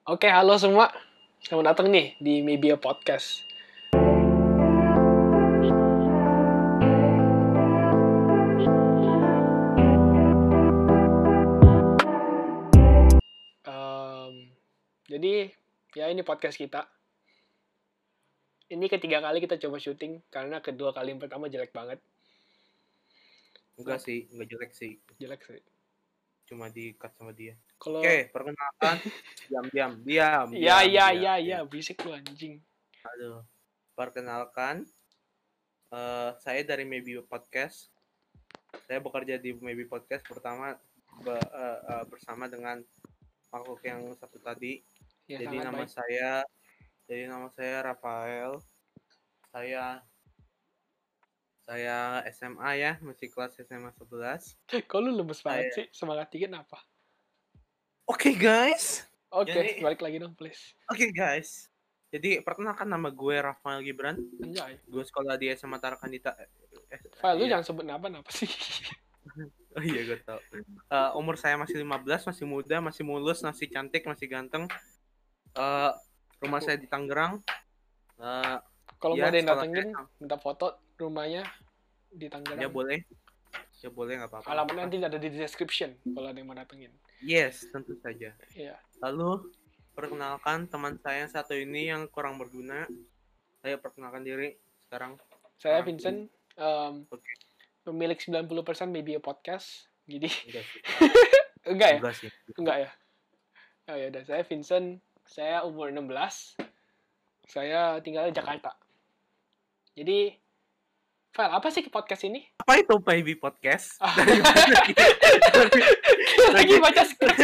Oke, halo semua. Selamat datang nih di Maybe a Podcast. Jadi, ya ini podcast kita. Ini ketiga kali kita coba syuting, karena kedua kali yang pertama jelek banget. Enggak jelek sih. Jelek sih. Cuma di-cut sama dia. Kalau Oke, perkenalkan. Diam. ya, berisik lu anjing. Aduh. Perkenalkan. Saya dari Maybe Podcast. Saya bekerja di Maybe Podcast bersama dengan makhluk yang satu tadi. Ya, Jadi sangat nama baik. saya Rafael. Saya SMA ya, masih kelas SMA 11. Kok lu lemes banget Saya- sih? Semangat dikit apa? Oke, guys. Oke, Jadi- balik lagi dong, please. Oke, guys. Jadi perkenalkan, nama gue Rafael Gibran. Anjay. Gue sekolah di SMA Tarakandita. File, lu Iya. jangan sebut apa sih? Oh iya, gue tau. Umur saya masih 15, masih muda, masih mulus, masih cantik, masih ganteng. Rumah saya di Tangerang. Kalau Ya, mau ada yang sekolah datengin, minta foto rumahnya di Tangerang. Ya boleh, nggak apa-apa. Alamatnya nanti ada di description kalau ada yang mau datengin. Yes, tentu saja. Iya. Lalu perkenalkan teman saya yang satu ini yang kurang berguna. Saya perkenalkan diri sekarang. Saya Vincent, Oke. pemilik 90% Maybe a Podcast. Jadi Enggak sih. enggak ya? Enggak sih. Enggak ya? Oh ya udah, saya Vincent, saya umur 16. Saya tinggal di Jakarta. Jadi, File, apa sih podcast ini? Apa itu Maybe Podcast? Lagi baca skrip.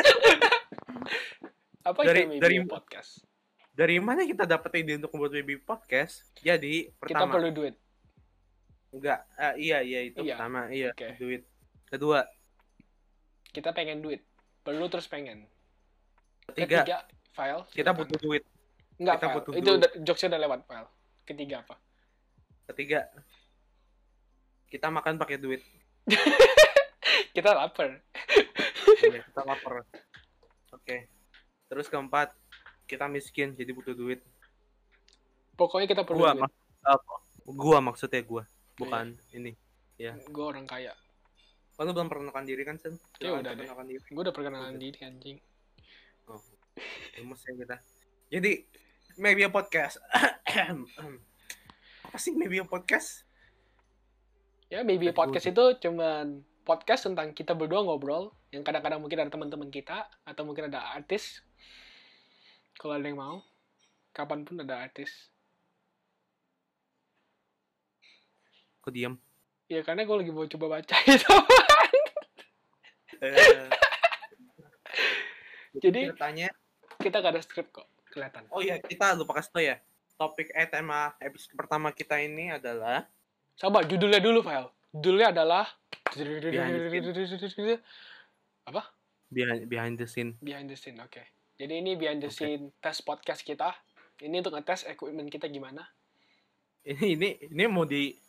Apa itu Maybe a Podcast? Dari mana kita dapat ide untuk membuat Maybe Podcast? Jadi, Kita pertama. perlu duit. Enggak, iya itu Iya. pertama, iya. Okay. Duit. Kedua, kita pengen duit. Perlu terus pengen. Ketiga, File. kita butuh duit. Enggak, kita File. butuh Itu duit. jokesnya udah lewat, File. Ketiga apa? Ketiga, kita makan pakai duit. Kita lapar. Iya, kita lapar. Oke. Terus keempat, kita miskin jadi butuh duit. Pokoknya kita perlu duit. Maksudnya gua, bukan ini. Ya. Gue orang kaya. Lu belum perkenalkan diri kan, Sen? Ya udah deh. Diri. Gue udah perkenalan diri, anjing. Oh. Lemes ya kita. Jadi, Maybe a Podcast. Apa sih Maybe a Podcast? Ya, Maybe a Podcast itu cuman podcast tentang kita berdua ngobrol, yang kadang-kadang mungkin ada teman-teman kita, atau mungkin ada artis. Kalau ada yang mau, kapanpun ada artis. Kok diam? Ya, karena gue lagi mau coba baca itu. Jadi, kita gak ada skrip kok, kelihatan. Oh iya, kita lupa kasih tau ya. Topik tema episode pertama kita ini adalah... Sabar, judulnya dulu, File. Judulnya adalah... Apa? Behind the scene. Behind the scene, oke. Jadi ini behind the scene tes podcast kita. Ini untuk ngetes equipment kita gimana. Ini mau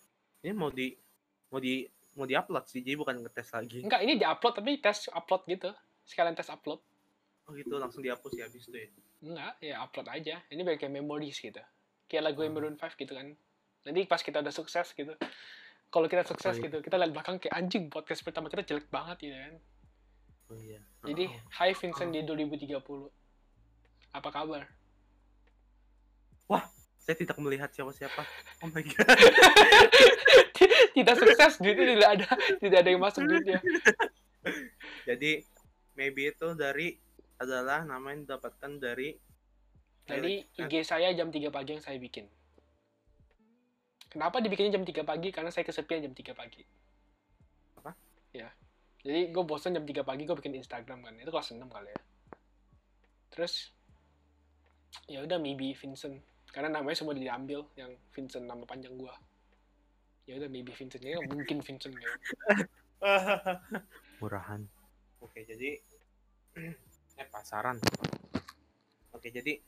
di-upload sih, jadi bukan ngetes lagi. Enggak, ini di-upload tapi tes upload gitu. Sekalian tes upload. Oh gitu, langsung dihapus ya habis itu ya? Enggak, ya upload aja. Ini biar kayak memories gitu. Kayak lagu Maroon 5 gitu kan. Nanti pas kita udah sukses gitu. Kalau kita sukses gitu, kita lihat belakang kayak anjing podcast pertama kita jelek banget gitu kan. Oh iya. Jadi, Hai Vincent di 2030. Apa kabar? Wah, saya tidak melihat siapa-siapa. Oh my god. Tidak sukses, duitnya tidak ada yang masuk duitnya. Jadi, maybe itu adalah nama yang didapatkan dari IG saya jam 3 pagi yang saya bikin. Kenapa dibikinnya jam 3 pagi? Karena saya kesepian jam 3 pagi. Apa? Ya. Jadi gue bosan jam 3 pagi gue bikin Instagram kan. Itu kelas 6 kali ya. Terus ya udah maybe Vincent. Karena namanya semua diambil yang Vincent nama panjang gue. Ya udah maybe Vincent. Ya mungkin Vincent ya. Murahan. Oke, jadi pasaran. Oke, jadi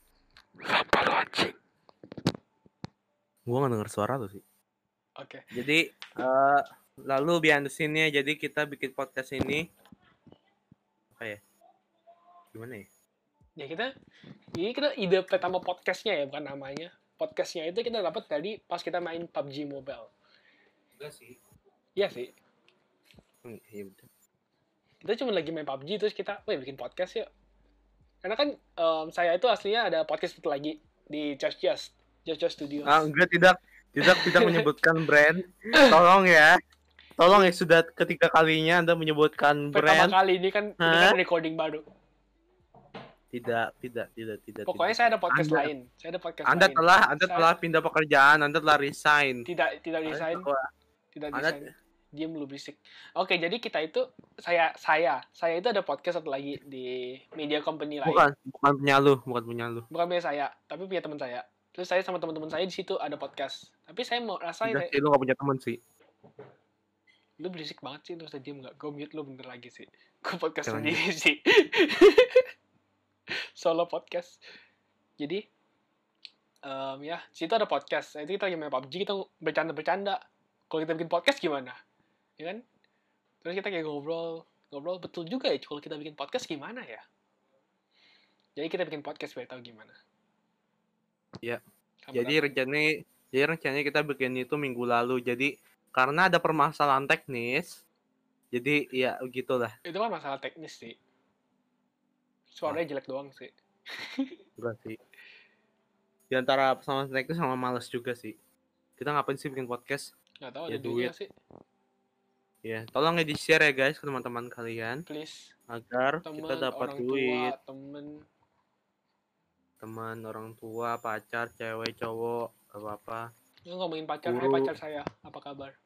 gua nggak dengar suara lu sih. Oke. Jadi lalu behind the scene-nya, jadi kita bikin podcast ini apa ya? Gimana ya? Ya ini kita ide pertama podcastnya ya, bukan namanya. Podcastnya itu kita dapat dari pas kita main PUBG Mobile. Enggak sih. Iya sih. Iya betul. Kita cuma lagi main PUBG terus kita, bikin podcast yuk. Karena kan saya itu aslinya ada podcast itu lagi di Just Studios. Enggak, tidak menyebutkan brand. Tolong ya, sudah ketiga kalinya Anda menyebutkan brand. Pertama kali ini kan recording baru. Tidak. Pokoknya saya ada podcast lain. Anda telah pindah pekerjaan, Anda telah resign. Tidak resign. Tidak resign. Diam lu berisik. Oke, jadi kita itu saya itu ada podcast satu lagi di media company lain. Bukan punya lu. Bukan punya saya, tapi punya teman saya. Terus saya sama teman-teman saya di situ ada podcast. Tapi saya mau rasain. Lu gak punya teman sih. Lu berisik banget sih, terus diam nggak? Gue mute lu bentar lagi sih. Gue podcast sendiri sih. Solo podcast. Jadi ya, situ ada podcast. Itu kita lagi main PUBG, kita bercanda. Kalau kita bikin podcast gimana? Ya kan? Terus kita kayak ngobrol betul juga ya kalau kita bikin podcast gimana ya? Jadi kita bikin podcast biar tahu gimana. Iya. Jadi rencananya kita bikin itu minggu lalu. Jadi karena ada permasalahan teknis, jadi ya gitulah. Itu kan masalah teknis sih. Suaranya jelek doang sih. Enggak sih. Di antara sama teknis sama males juga sih. Kita ngapain sih bikin podcast? Nggak tahu, ya, ada duitnya sih. Ya, tolong ya di-share ya guys ke teman-teman kalian. Please. Agar kita dapat duit. Teman, orang tua, pacar, cewek, cowok, apa-apa. Lu ngomongin pacar, hai pacar saya, apa kabar?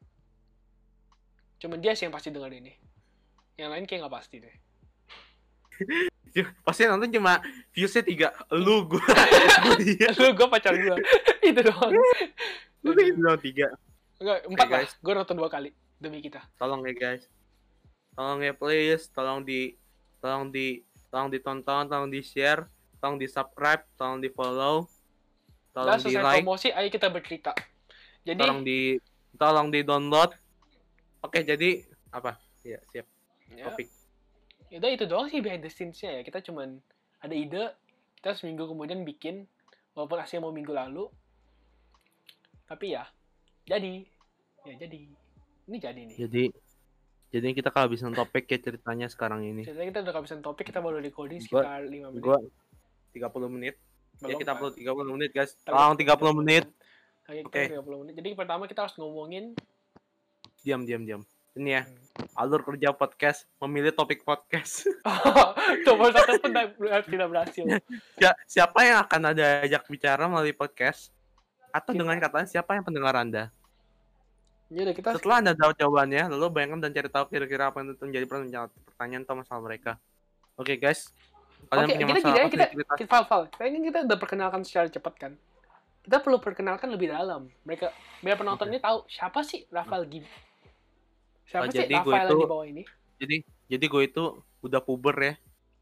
Cuman dia sih yang pasti denger ini. Yang lain kayak nggak pasti deh. Pasti nonton cuma viewsnya 3. Lu, gue. Gue pacar gue. Itu doang. Lu itu doang 3. Enggak, 4 lah. Gue nonton 2 kali demi kita. Tolong ya guys. Tolong ya please, tolong ditonton, tolong di-share, tolong di-subscribe, tolong di-follow. Tolong di-like. Promosi, ayo kita bercerita. Jadi tolong di-download. Oke, jadi apa? Ya, siap. Ya. Topik. Udah itu doang sih behind the scenes-nya ya. Kita cuman ada ide, kita seminggu kemudian bikin, walaupun hasilnya mau minggu lalu. Tapi ya, jadi. Ini jadi nih. Jadi kita kehabisan topik ya ceritanya sekarang ini. Ceritanya kita udah kehabisan topik, kita baru recording sekitar 5 menit. 30 menit. Belum, ya kita upload 30 menit guys. Tolong 30 menit. Oke. 30 menit. Jadi pertama kita harus ngomongin. Diam. Ini ya. Alur kerja podcast, memilih topik podcast. Nomor 1 pun tidak berhasil. Siapa yang akan ada ajak bicara melalui podcast? Atau dengan katanya siapa yang pendengar Anda? Yaudah, setelah Anda tahu jawabannya, lalu bayangkan dan cari tahu kira-kira apa yang menjadi pertanyaan atau masalah mereka. Oke, guys. Kalian punya masalah apa? Kayaknya kita udah perkenalkan secara cepat kan. Kita perlu perkenalkan lebih dalam. Biar penontonnya tahu siapa sih Rafael Gib. Siapa sih Rafael di bawah ini? Jadi gue itu udah puber ya.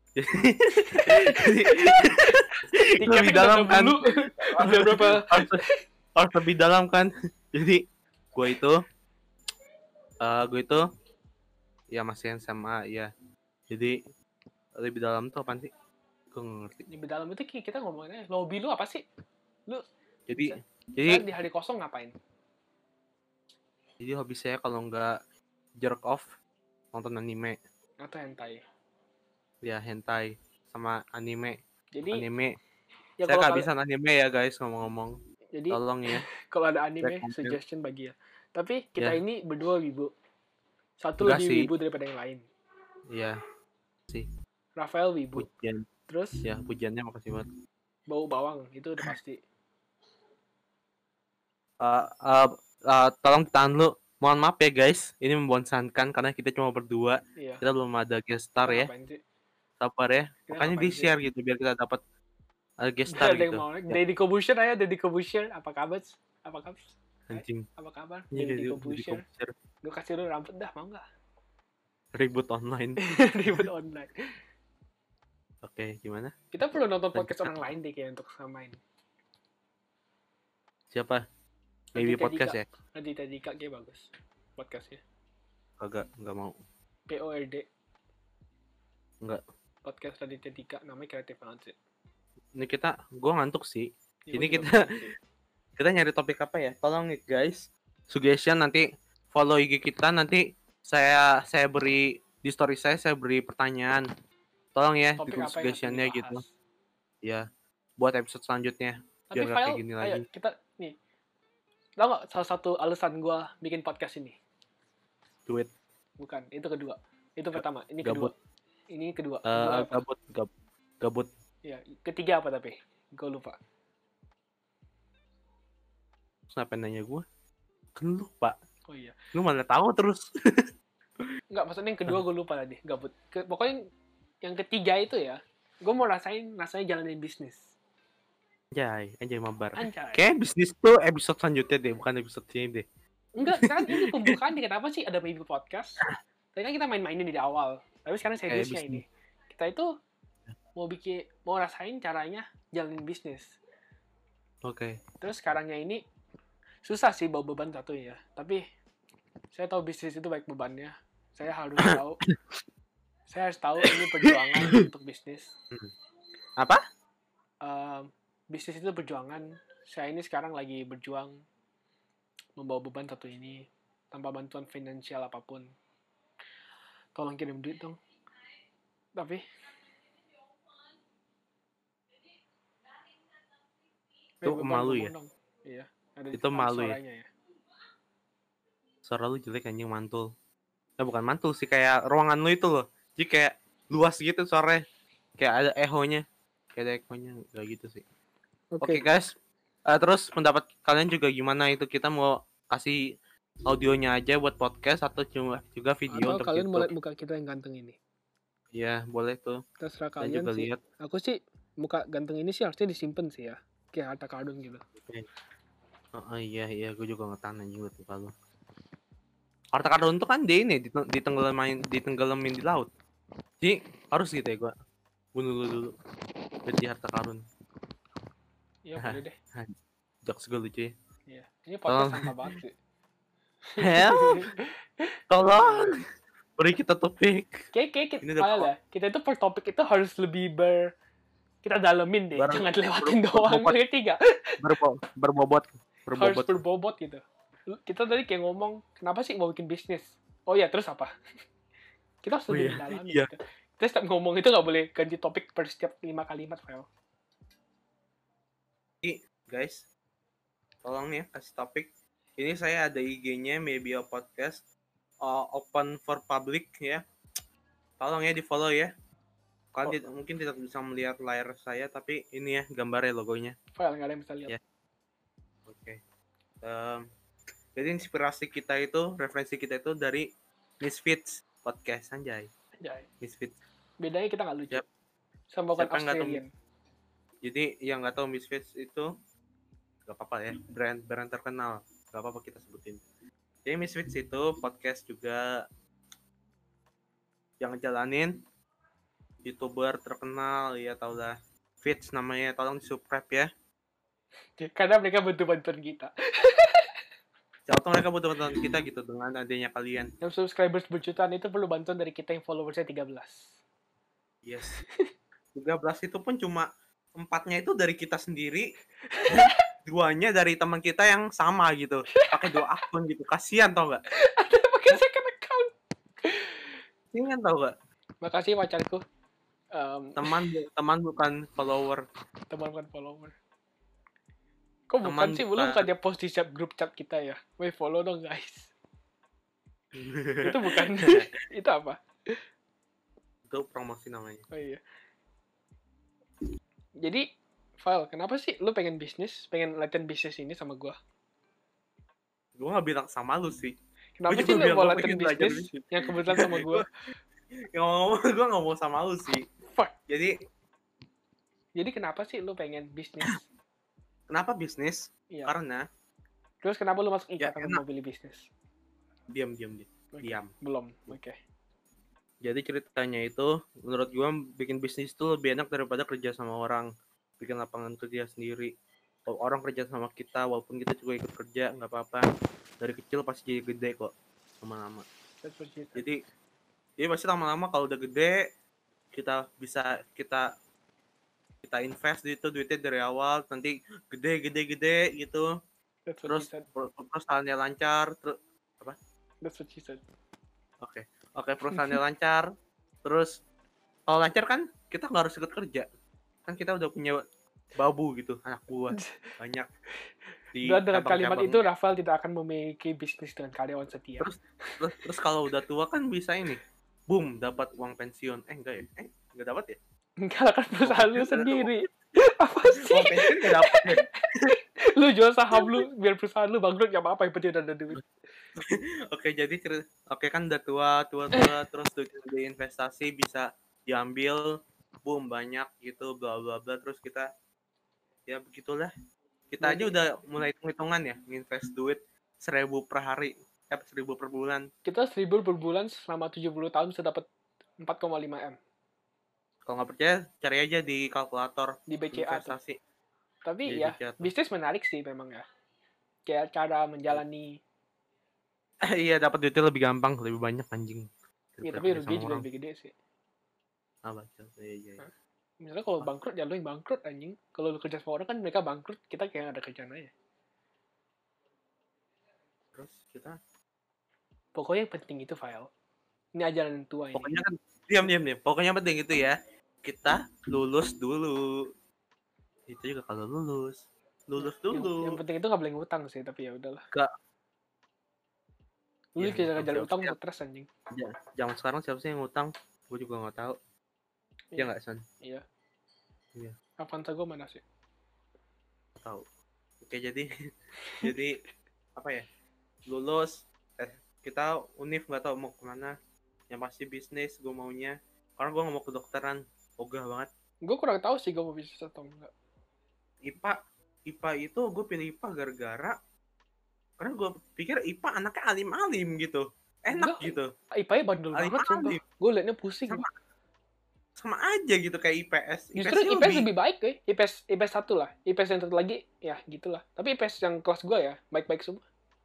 Lebih dalam kan? Harus lebih dalam kan? Jadi gue itu ya masih SMA ya. Jadi lebih dalam tuh apaan sih? Gue nggak ngerti. Lebih dalam itu kita ngomongnya hobi lu apa sih? Lu jadi di hari kosong ngapain? Jadi hobi saya kalau nggak jerk off nonton anime atau hentai. Ya hentai sama anime. Jadi anime. Ya, saya kehabisan anime ya guys ngomong-ngomong. Jadi tolong ya. Kalau ada anime suggestion bagi ya. Tapi kita ini berdua wibu. Satu lebih wibu daripada yang lain. Iya. Sih. Rafael wibu. Pujian. Terus? Ya, pujiannya makasih banget. Bau bawang itu udah pasti. Tolong ditahan lu. Mohon maaf ya guys, ini membosankan karena kita cuma berdua. Iya. Kita belum ada guest star ya. Sabar ya. Makanya di-share gitu biar kita dapat guest star gitu. Deddy Corbuzier aja, Deddy Corbuzier. Apa kabar? Anjing. Apa kabar? Deddy Corbuzier. Gue kasih lu rambut dah, mau nggak? Ribut online. Oke, gimana? Kita perlu nonton podcast orang lain deh kayak untuk samain. Siapa? Maybe podcast ya? Raditya Dika kayak bagus podcastnya. Enggak mau. PORD. Enggak. podcast Raditya Dika, namanya kreatif banget sih. Ini gue ngantuk sih. Ya, Ini gua juga kita ngantuk sih. kita nyari topik apa ya? Tolong nih guys, suggestion nanti follow IG kita, nanti saya beri di story saya beri pertanyaan. Tolong ya Topik dukung apa yang akan suggestionnya dibahas? gitu. Ya, buat episode selanjutnya. Tapi Biar nggak kayak File, gini ayo lagi. kita nih. Tau gak salah satu alasan gue bikin podcast ini? Duit. Bukan, itu kedua. Itu pertama, ini kedua. Gabut. Ini kedua. Kedua apa? Gabut. Ya, ketiga apa tapi? Gue lupa. Kenapa nanya gue? Kan lu, Pak. Oh iya. Lu mana tahu terus? Enggak, maksudnya yang kedua gue lupa tadi. Gabut. Pokoknya yang ketiga itu ya, gue mau rasanya jalanin bisnis. Anjay mabar. Anjay. Kayak bisnis tuh episode selanjutnya deh, bukan episode ini deh. Enggak, sekarang ini pembukaan nih. Kenapa sih ada Maybe Podcast? Tadi kan kita main-mainin di awal. Tapi sekarang seriusnya ini. Kita itu mau rasain caranya jalanin bisnis. Oke. Terus sekarangnya ini susah sih bawa beban satu ya. Tapi saya tahu bisnis itu baik bebannya. Saya harus tahu ini perjuangan untuk bisnis. Apa? Bisnis itu perjuangan. Saya ini sekarang lagi berjuang membawa beban satu ini tanpa bantuan finansial apapun. Tolong kirim duit dong. Tapi itu malu ya? Dong. Iya. Itu malu ya? Ya. Suara lu jelek anjing, mantul. Bukan mantul sih, kayak ruangan lu itu loh. Jadi kayak luas gitu suaranya. Kayak ada echonya. Enggak gitu sih. Oke, guys. Terus pendapat kalian juga gimana itu? Kita mau kasih audionya aja buat podcast atau cuma juga video atau untuk kalian YouTube? mau lihat muka kita yang ganteng ini? Iya, boleh tuh. Terserah kalian juga sih. Lihat. Aku sih muka ganteng ini sih harusnya disimpan sih ya. Kayak harta karun gitu. Iya, gue juga ngetahan anjing buat muka lu. Harta karun tuh kan dia ini ditenggelamin di laut. Jadi harus gitu ya gue bunuh lu dulu. Jadi harta karun. Iya, boleh deh. Jokes gue lucu ya. Iya. Ini podcast sampah banget sih. Tolong beri kita topik. Kayak kita itu per topik itu harus lebih kita dalemin deh. Jangan lewatin doang. Ketiga. Berbobot. Harus berbobot gitu. Kita tadi kayak ngomong, kenapa sih mau bikin bisnis? Oh ya, terus apa? Kita harus lebih dalam gitu. Kita setiap ngomong itu nggak boleh ganti topik per setiap 5 kalimat, Fel. Guys, tolong nih kasih topik. Ini saya ada IG-nya Maybe a Podcast, open for public ya. Tolong ya di follow ya. Kalian mungkin tidak bisa melihat layar saya, tapi ini ya gambarnya, logonya. Fel, nggak ada yang bisa lihat. Ya. Oke. Jadi inspirasi kita itu, referensi kita itu dari Misfits Podcast, anjay. Misfits. Bedanya kita nggak lucu. Sama bukan Australian. Jadi yang nggak tahu Misfits itu nggak apa-apa ya, brand terkenal, nggak apa-apa kita sebutin. Jadi Misfits itu podcast juga yang ngejalanin YouTuber terkenal, ya tau lah, Fits namanya, tolong di subscribe ya. Karena mereka butuh bantuan kita. Contoh mereka butuh bantuan kita gitu dengan adanya kalian. Yang subscribers berjutaan itu perlu bantuan dari kita yang followersnya 13. Yes. 13 itu pun cuma 4-nya itu dari kita sendiri, 2-nya dari teman kita yang sama gitu, pakai 2 akun gitu. Kasihan tau gak? Ada pakai second account. Kasihan tau gak? Makasih pacarku. Teman bukan follower. Teman bukan follower. Kok bukan sih? Lu bukannya post di grup chat kita ya? Woi, follow dong guys. Itu bukan. Itu apa? Itu promosi namanya. Oh iya. Jadi, File, kenapa sih lu pengen latihan bisnis ini sama gua? Gua gak bilang sama lu sih. Kenapa sih lu mau latihan bisnis yang kebetulan sama gua? Ngomong, gua gak mau sama lu sih. Fuck. Jadi kenapa sih lu pengen bisnis? Kenapa bisnis? Iya. Karena. Terus kenapa lu masuk ikatan mau pilih bisnis? Diam. Okay. Diam. Belum. Oke. Jadi ceritanya itu, menurut gue bikin bisnis itu lebih enak daripada kerja sama orang, bikin lapangan kerja sendiri. Kalau orang kerja sama kita, walaupun kita juga ikut kerja, nggak apa-apa. Dari kecil pasti jadi gede kok, lama-lama. Jadi pasti lama-lama kalau udah gede, kita bisa kita invest di itu duitnya dari awal, nanti gede gitu. That's what she Terus said. perusahaannya lancar, terus apa? That's what she said. Oke, perusahaannya lancar. Terus kalau lancar kan kita nggak harus ikut kerja, kan kita udah punya babu gitu, anak buah banyak di Dan dengan kalimat itu cabang-cabangnya. Rafael tidak akan memiliki bisnis dengan karyawan setia. Terus kalau udah tua kan bisa ini, boom, dapat uang pensiun. Enggak ya? Enggak dapat ya? Enggak lah, kan perusahaan lu sendiri. Apa sih? Uang pensiun enggak dapat ya? Lu jual saham lu biar perusahaan lu bangkrut, ya apa-apa, yang penting udah ada duit. Oke, jadi kan udah tua, terus duit investasi bisa diambil, boom, banyak gitu, bla bla bla. Terus kita ya begitulah. Kita aja udah mulai hitung-hitungan ya, nginvest duit 1.000 per hari, 1.000 per bulan. Kita 1.000 per bulan selama 70 tahun bisa dapat 4,5 M Kalau nggak percaya, cari aja di kalkulator di BCA tuh. investasi. Tapi Di ya, BCA tuh. bisnis menarik sih memang ya. Kayak cara menjalani. Iya, dapat duitnya lebih gampang, lebih banyak anjing. Iya, tapi rugi juga lebih gede sih. Baca. Iya. Misalnya kalau bangkrut, ya lu yang bangkrut anjing. Kalau lu kerja sama orang kan mereka bangkrut, kita kayak ada kerjaan aja. Terus kita Pokoknya yang penting itu file. Ini ajaran tua ini. pokoknya kan diam. Pokoknya penting itu ya. Kita lulus dulu. Itu juga kalau lulus dulu. Yang penting itu nggak boleh ngutang sih, tapi ya udahlah. Gak. Lu Ya, kejar-kejar utang stres anjing. Zaman sekarang siapa sih yang ngutang? Gue juga nggak tahu. Iya nggak, San? Iya. Iya. Avanza gue mana sih? Nggak tahu. Oke, jadi apa ya? Lulus, kita univ nggak tahu mau kemana. Yang pasti bisnis gue maunya. Karena gue nggak mau kedokteran, ogah banget. Gue kurang tahu sih gue mau bisnis atau enggak. IPA itu gue pilih IPA gara-gara karena gue pikir IPA anaknya alim-alim gitu, enak gitu. IPA-nya bandel banget sumpah. Gue liatnya pusing. Sama aja gitu kayak IPS. Justru IPS lebih baik IPS 1 lah. IPS yang satu lagi ya gitulah. Tapi IPS yang kelas gue ya baik-baik semua.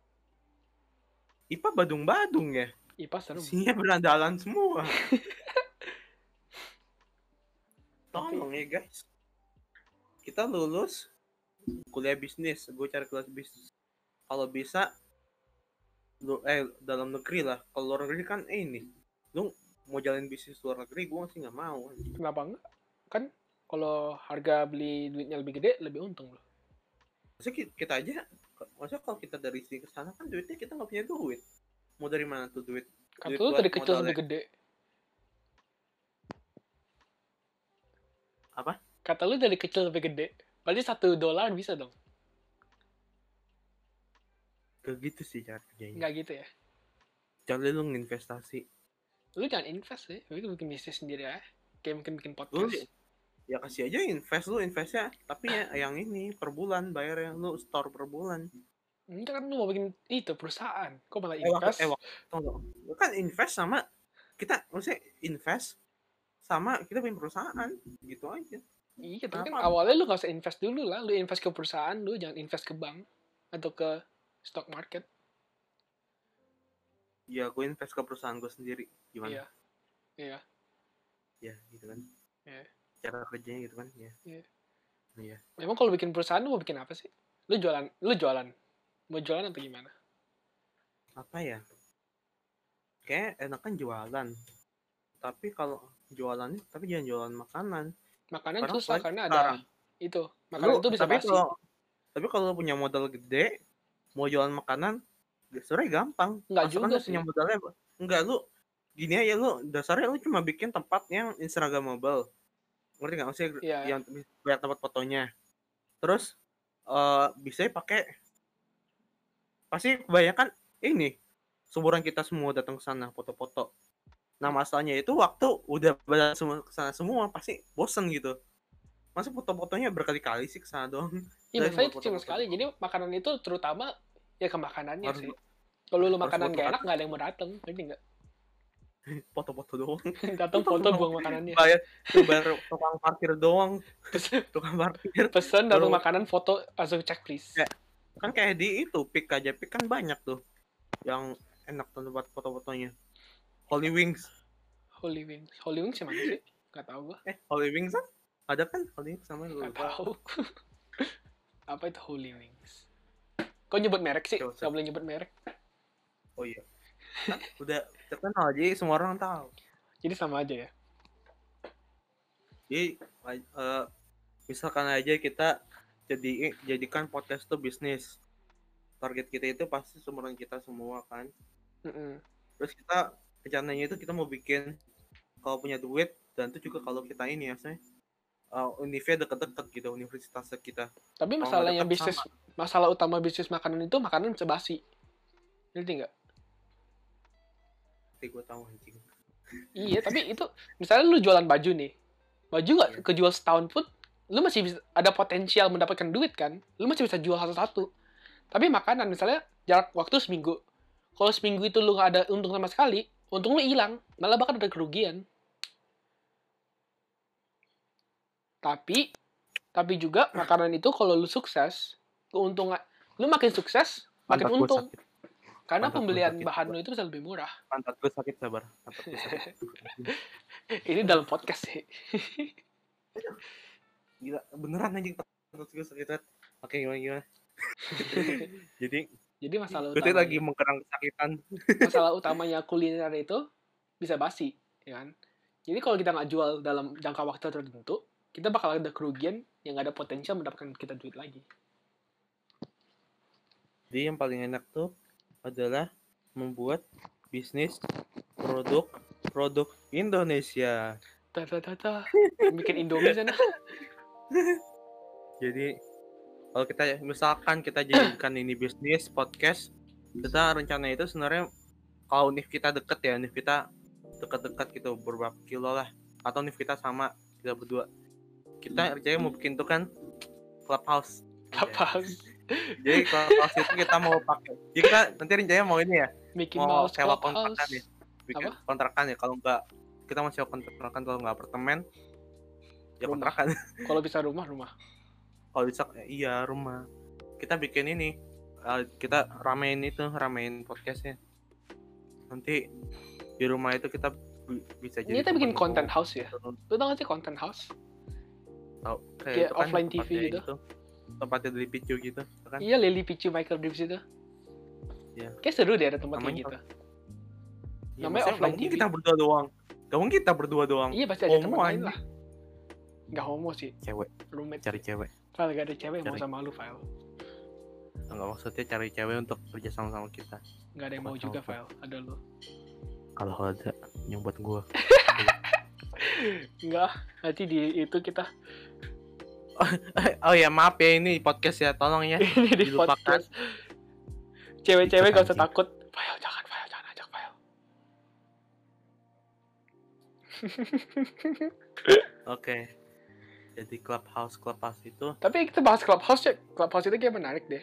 IPA badung-badung ya. IPA seru. Isinya berandalan semua. Tolong ya guys. Kita lulus kuliah bisnis, gue cari kelas bisnis. Kalau bisa dalam negeri lah. Kalau luar negeri kan ini, lu mau jalan bisnis luar negeri, gue sih nggak mau. Kenapa enggak? Kan kalau harga beli duitnya lebih gede, lebih untung loh. Maksudnya kita aja, maksudnya kalau kita dari sini ke sana kan duitnya kita nggak punya duit. Mau dari mana tuh duit? Kata lu dari kecil sampai gede. Apa? Kata lu dari kecil sampai gede. Berarti $1 bisa dong. Gak gitu sih cara kerjanya. Nggak gitu ya? Jangan lu nginvestasi. Lu jangan invest deh. Lu bikin bisnis sendiri ya. Kayak mungkin bikin podcast. Lu ya kasih aja investnya. Tapi ya yang ini per bulan bayarnya. Lu store per bulan. Enggak kan lu mau bikin itu perusahaan. Kok malah invest? Tunggu. Kan invest sama kita, maksudnya invest sama kita bikin perusahaan. Gitu aja. Iya, tapi kan awalnya lu gak usah invest dulu lah. Lu invest ke perusahaan, lu jangan invest ke bank. Atau ke stock market. Ya, gue invest ke perusahaan gue sendiri. Gimana? Iya. Ya, gitu kan. Iya. Cara kerjanya gitu kan. Iya. Emang kalau bikin perusahaan lu mau bikin apa sih? Lu jualan. Mau jualan atau gimana? Apa ya? Kayak enakan jualan. Tapi kalau jualannya, tapi jangan jualan makanan. Makanan susah karena ada itu. Makanan itu bisa basi. Tapi kalau punya modal gede, mau jualan makanan, sebenarnya gampang. Enggak juga sih. Punya modalnya, enggak, lu gini aja, lu dasarnya lu cuma bikin tempat yang instagramable. Ngerti nggak? Maksudnya yang banyak tempat fotonya. Terus bisa pakai, pasti kebanyakan ini seumuran kita semua datang ke sana foto-foto. Nah masalahnya itu waktu udah pada kesana semua pasti bosen gitu. Masa foto-fotonya berkali-kali sih kesana doang. Iya, maksudnya itu cuma sekali. Jadi makanan itu terutama ya ke makanannya sih. Kalau lu makanan gak enak, gak ada yang mau dateng. Ngerti nggak? Foto-foto doang. Datang foto buang makanannya. Bayar tukang parkir doang. Tukang parkir. Pesan datang makanan, foto, langsung cek please. Ya, kan kayak di itu, Pik aja. Pik kan banyak tuh yang enak tuh buat foto-fotonya. Holy Wings yang mana sih? Nggak tahu gua. Holy Wings kan? Ada kan Holy Wings sama Nggak lupa. tahu. Apa itu Holy Wings? Kok nyebut merek sih? Coba, Nggak boleh nyebut merek. Oh iya. Kan udah terkenal jadi semua orang tahu. Jadi sama aja ya. Jadi misalkan aja kita jadikan podcast tuh bisnis. Target kita itu pasti seumuran kita semua kan. Mm-mm. Terus kita rencananya itu kita mau bikin kalau punya duit dan itu juga kalau kita ini ya saya univnya deket-deket gitu universitas kita. Tapi Kalau nggak masalahnya deket bisnis, sama. masalah utama bisnis makanan itu makanan bisa basi. Ngerti nggak? Nanti gue tahu anjing. Iya, tapi itu misalnya lu jualan baju nih. Baju nggak Iya. kejual setahun pun, lu masih bisa, ada potensial mendapatkan duit kan? Lu masih bisa jual satu-satu. Tapi makanan misalnya jarak waktu seminggu. Kalau seminggu itu lu nggak ada untung sama sekali, untung lu hilang, malah bahkan ada kerugian. Tapi juga makanan itu kalau lu sukses, keuntungan lu makin sukses, makin Pantat gue untung. sakit. Karena Pantat gue pembelian sakit. bahan lu itu bisa lebih murah. Pantat gue sakit sabar. Pantat gue sakit. Ini dalam podcast sih. Gila beneran anjing pantat gue sakit banget. Oke gimana. Jadi masalah gue utamanya, lagi mengkerang kesakitan. masalah utamanya kuliner itu bisa basi, ya kan? Jadi kalau kita nggak jual dalam jangka waktu tertentu, kita bakal ada kerugian yang nggak ada potensial mendapatkan kita duit lagi. Jadi yang paling enak tuh adalah membuat bisnis produk Indonesia. Bikin Indomie sana. Jadi kalau kita misalkan kita jadikan ini bisnis podcast, kita rencana itu sebenarnya kalau univ kita deket ya, univ kita dekat-dekat gitu beberapa kilo lah, atau univ kita sama kita berdua, kita rencananya mau bikin tuh kan clubhouse. Jadi clubhouse itu kita mau pakai, jadi kita nanti rencananya mau ini ya, Mickey mau Mouse sewa Clubhouse. kontrakan ya, bikin Apa? kontrakan ya, kalau enggak kita mau sewa kontrakan, kalau enggak apartemen ya Rumah. kontrakan. Kalau bisa rumah. Kalau bisa iya rumah. Kita bikin ini kita ramein podcastnya. Nanti di rumah itu kita bisa jadi Ini kita bikin teman content ngobrol. house ya. Lu tau gak sih content house? Tahu Kayak itu kan offline TV tempatnya gitu. itu, tempatnya dari Picu gitu kan. Iya, Lily Pichu Michael Drips itu. Iya. Kayak seru deh ada tempat kayak Namanya gitu. Ya, Namanya maksudnya offline nggak mungkin TV. kita berdua doang. Gak mungkin kita berdua doang. Iya, pasti ada teman lain anjing. lah. Nggak homo sih, Cewek, roommate. cari cewek. File gak ada cewek yang mau Cari. sama lu, File. Enggak, maksudnya cari cewek untuk kerja sama kita. Nggak ada yang mau Apa juga, tahu. File. Ada lu. Kalau ada yang buat gua. Enggak, nanti di itu kita Oh ya maaf ya, ini podcast ya, tolong ya. ini di Dilupakan. podcast. Cewek-cewek gak usah Anjing. takut. File, jangan ajak File. Oke. Jadi clubhouse itu Tapi kita bahas Clubhouse ya. Clubhouse itu kayak menarik deh.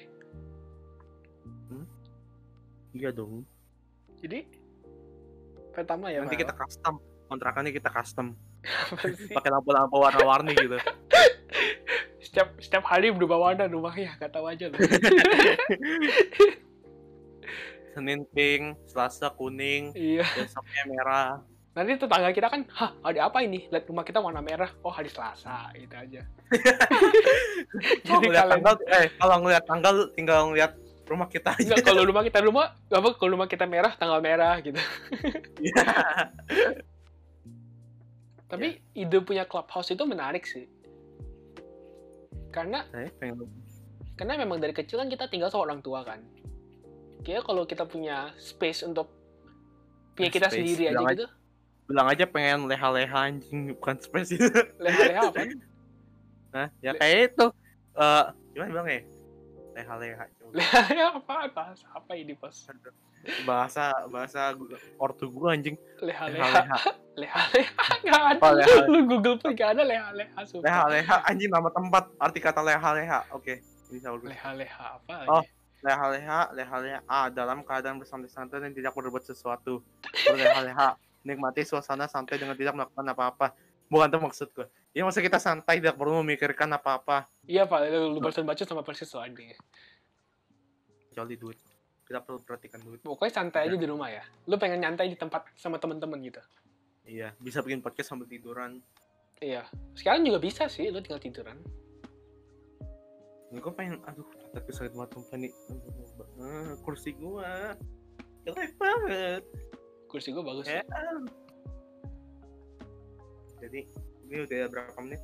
iya dong. Jadi pertama ya, Nanti File. kita custom, kontrakannya kita custom. Apa sih? Pakai lampu-lampu warna-warni gitu. Setiap hari berubah warna rumahnya, gak tahu aja loh. Senin pink, Selasa kuning, Iya. besoknya merah. Nanti tetangga kita kan, hah, ada apa ini? Lihat rumah kita warna merah. Oh, hari Selasa, gitu aja. Jadi Kalau ngeliat tanggal tinggal ngeliat rumah kita aja. enggak, kalau rumah kita merah, tanggal merah gitu. Iya. Tapi ide punya Clubhouse itu menarik sih. Karena memang dari kecil kan kita tinggal sama orang tua kan. Kayak kalau kita punya space untuk punya kita Space, sendiri aja bilang gitu. Bilang aja pengen leha-leha anjing, bukan space itu. Leha-leha apa? Nah, ya kayak itu. Gimana bilang ya? Leha-leha. Leha-leha apa? Bahasa apa ini, Bos? Bahasa ortu gua anjing. Leha-leha. Leha-leha nggak ada. Oh, leha. Lu Google pun nggak ada leha-leha. Sumpah. Leha-leha anjing, nama tempat, arti kata leha-leha. Oke, bisa bagus. Leha-leha apa Oh, lagi? leha-leha dalam keadaan bersantai-santai dan tidak berbuat sesuatu. Berleha-leha, nikmati suasana santai dengan tidak melakukan apa-apa. Bukan itu maksud gue. Ya maksud kita santai, tidak perlu memikirkan apa-apa. Iya, Pak. Lu baca sama persis soalnya. Kecuali duit. Kita perlu perhatikan duit. Pokoknya santai aja di rumah ya. Lu pengen nyantai di tempat sama temen-temen gitu. Iya, bisa bikin podcast sambil tiduran. Iya. Sekarang juga bisa sih, lu tinggal tiduran. Gue pengen, aduh, tapi sakit banget sumpah nih. Kursi gua jelek banget. Kursi gue bagus. Ya. Jadi ini udah berapa menit?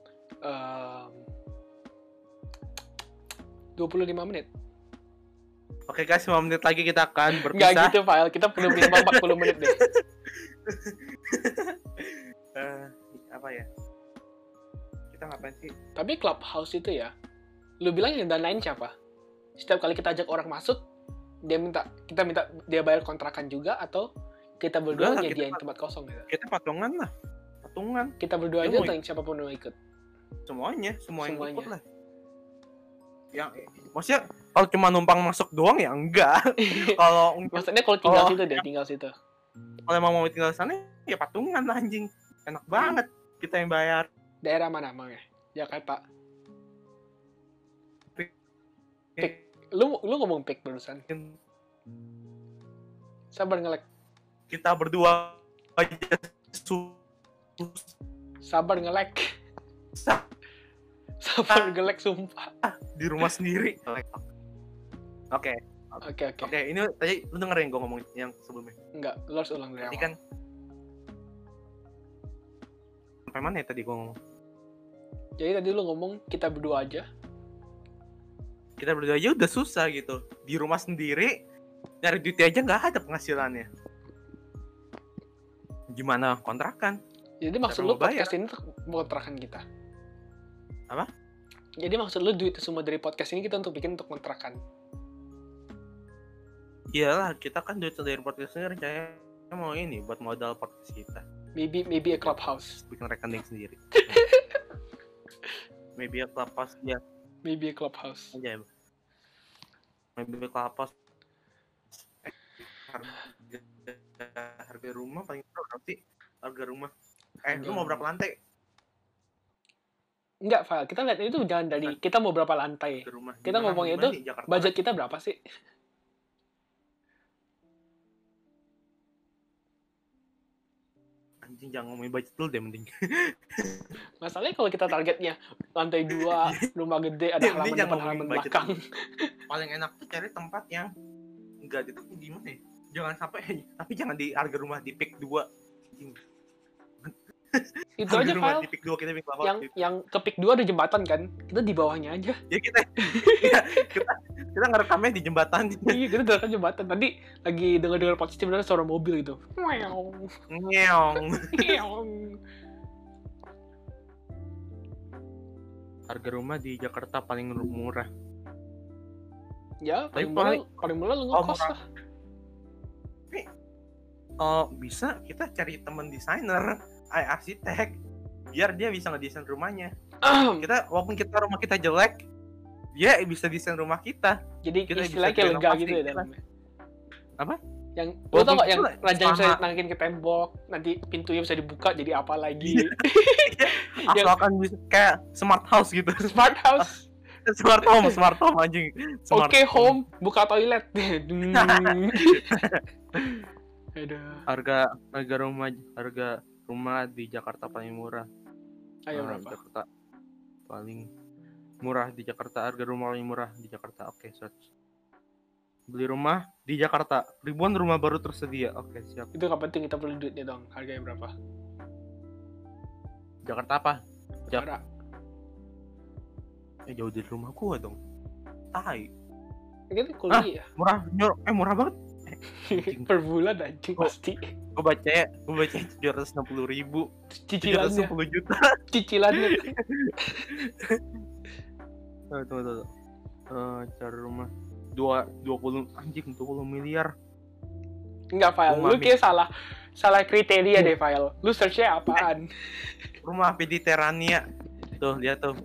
25 menit. Oke guys, 5 menit lagi kita akan berpisah. Nggak gitu, File. Kita perlu minimal 40 menit deh. Apa ya? Kita ngapain sih? Tapi Clubhouse itu ya, lu bilang yang danain siapa? Setiap kali kita ajak orang masuk, kita minta dia bayar kontrakan juga, atau kita berdua Enggak lah, nyediain tempat kosong gitu? Kita patungan lah. Patungan. Kita berdua Ya, aja mau- atau yang siapapun mau ikut? Semua yang Semuanya. ikut lah. Yang maksudnya kalau cuma numpang masuk doang ya enggak. Kalau Maksudnya kalau tinggal situ deh, tinggal situ. kalau emang mau tinggal di sana ya patungan lah, anjing. Enak banget kita yang bayar. Daerah mana emangnya? Jakarta. Pik. Lu ngomong pik barusan. Sabar ngelek. Kita berdua aja Sabar ngelek. Sabar ngelek sumpah. di rumah sendiri. Oke, Oke. ini tadi lu dengerin gue ngomong yang sebelumnya. Enggak, lu harus ulang dari Tadi awal. kan sampai mana ya tadi gue ngomong? Jadi tadi lu ngomong kita berdua aja. Kita berdua aja udah susah gitu. Di rumah sendiri nyari duit aja nggak ada penghasilannya. Gimana kontrakan? Jadi maksud Siapa lu mau bayar? podcast ini tuh kontrakan kita? Apa? Jadi maksud lu duit semua dari podcast ini kita untuk bikin untuk kontrakan? Iyalah, kita kan duit dari podcast ini rencananya mau ini buat modal podcast kita. Maybe a clubhouse. Bikin rekening sendiri. Maybe a clubhouse ya Maybe a clubhouse. aja. Maybe a clubhouse. Harga rumah paling berapa sih? Harga rumah. Lu mau berapa lantai? Enggak, File. Kita lihat itu jangan dari kita mau berapa lantai. Harga rumah. Kita ngomongnya itu budget kita berapa sih? Anjing, jangan ngomongin budget dulu deh mending. Masalahnya kalau kita targetnya lantai 2, rumah gede, ada Mending halaman jangan depan, ngomongin halaman budget belakang. dulu. Paling enak tuh cari tempat yang enggak di tapi gimana ya? Jangan sampai tapi jangan di harga rumah di pick 2. Itu Harga aja, rumah File. di pick 2 kita bikin apa? Yang ke pik 2 ada jembatan kan? Kita di bawahnya aja. Ya kita ngerekamnya di jembatan. Iya, kita dekat jembatan. Tadi lagi dengar podcast beneran suara mobil gitu. Ngeong. Harga rumah di Jakarta paling murah. Ya, Tapi paling murah lu ngekos murah. lah. Oh, bisa kita cari teman desainer, arsitek, biar dia bisa ngedesain rumahnya. Kita walaupun rumah kita jelek, dia bisa desain rumah kita. Jadi Kita istilahnya bisa kayak lega renovasi, gitu ya kita. dalamnya. Apa? Yang lu Walaupun tau gak yang itu ranjang bisa sama. nangkin ke tembok, nanti pintunya bisa dibuka jadi apa lagi? Asalkan bisa kayak smart house gitu. Smart house. smart home anjing. Smart Oke, home, buka toilet. Aduh. Harga rumah di Jakarta paling murah. Ayo berapa? Jakarta paling murah di Jakarta. Harga rumah paling murah di Jakarta. Oke, search. Beli rumah di Jakarta. Ribuan rumah baru tersedia. Oke, siap. Itu gak penting, kita perlu duitnya dong. Harganya berapa? Jakarta apa? Jakarta. Jauh dari rumah gua dong. Tai. Itu kuliah. Murah banget. Per bulan anjing pasti. Gue baca 760.000. Cicilannya. 760 juta. Cicilannya. Tunggu. Cari rumah 20 miliar. Enggak, File. Lu kayak salah kriteria deh, File. Lu search-nya apaan? Rumah Mediterania. Tuh, lihat tuh.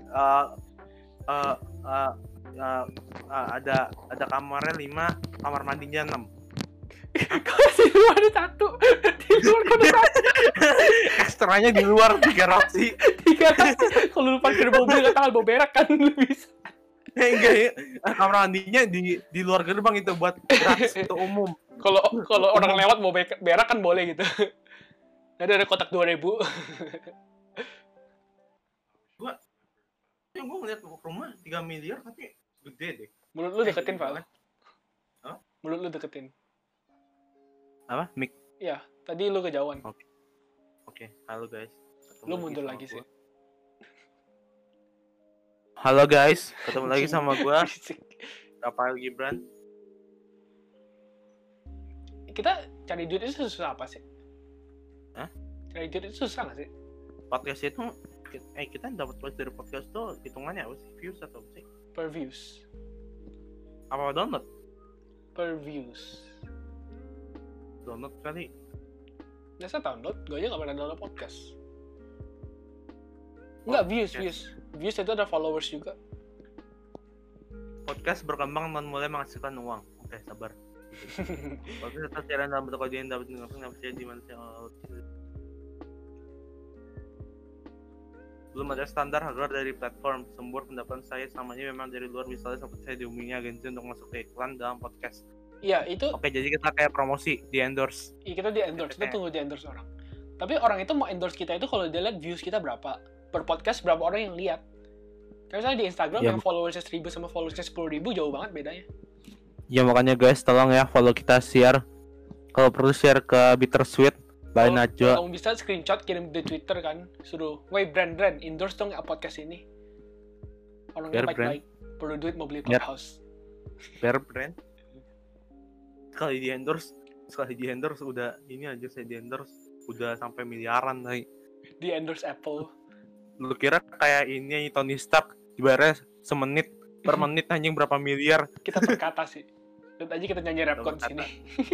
Ada kamarnya 5, kamar mandinya 6. Kalau di luar ada 1. Di luar ada 1. Ekstranya di luar 300. 3. Kalau lu parkir mobil gak tahu bawa berak kan lu bisa. Enggak ya. Kamar mandinya di luar gerbang itu buat gratis untuk umum. Kalau orang lewat mau berak kan boleh gitu. Ada kotak 2.000. gue ngeliat rumah 3 miliar tapi gede deh. Mulut lu deketin, Val. Hah? Mulut lu deketin. Apa? Mic. Iya, tadi lu kejauhan. Oke. Halo guys. Lu mundur lagi sih. Halo guys, ketemu lagi sama gue, Berisik. Rafael Gibran. Kita cari duit itu susah apa sih? Hah? Cari duit itu susah nggak sih? Podcast itu, kita dapat duit dari podcast tuh hitungannya apa sih? Views atau apa sih? Per views. Apa download? Per views. Download kali. Biasa download, gue aja nggak pernah download podcast. Enggak, views. Views itu ada followers juga. Podcast berkembang dan mulai menghasilkan uang. Oke, sabar. Podcast tetap siaran dalam bentuk audio yang dapat didengarkan di mana belum ada standar hardware dari platform. Sumber pendapat saya selamanya memang dari luar, misalnya seperti saya dihubungi agensi untuk masuk ke iklan dalam podcast. Iya, itu. Oke, jadi kita kayak promosi, di endorse. Iya, kita di endorse, kita tunggu di endorse orang. Tapi orang itu mau endorse kita itu kalau dia lihat views kita berapa. Per podcast berapa orang yang lihat. Kayak misalnya di Instagram yang followersnya 1000 sama followersnya 10.000 jauh banget bedanya. Ya makanya guys, tolong ya follow kita, share. Kalau perlu share ke Bittersweet, Bye Najwa. Kalau bisa screenshot kirim di Twitter kan, suruh, "Woi brand endorse dong podcast ini." Orangnya baik-baik, perlu duit mau beli Clubhouse. Biar brand. Sekali di endorse udah ini aja, saya di endorse udah sampai miliaran nih. Di endorse Apple. Lu kira kayak ini Tony Stark dibayarnya semenit per menit anjing berapa miliar? Kita per kata sih. Lihat aja kita nyanyi rap di sini.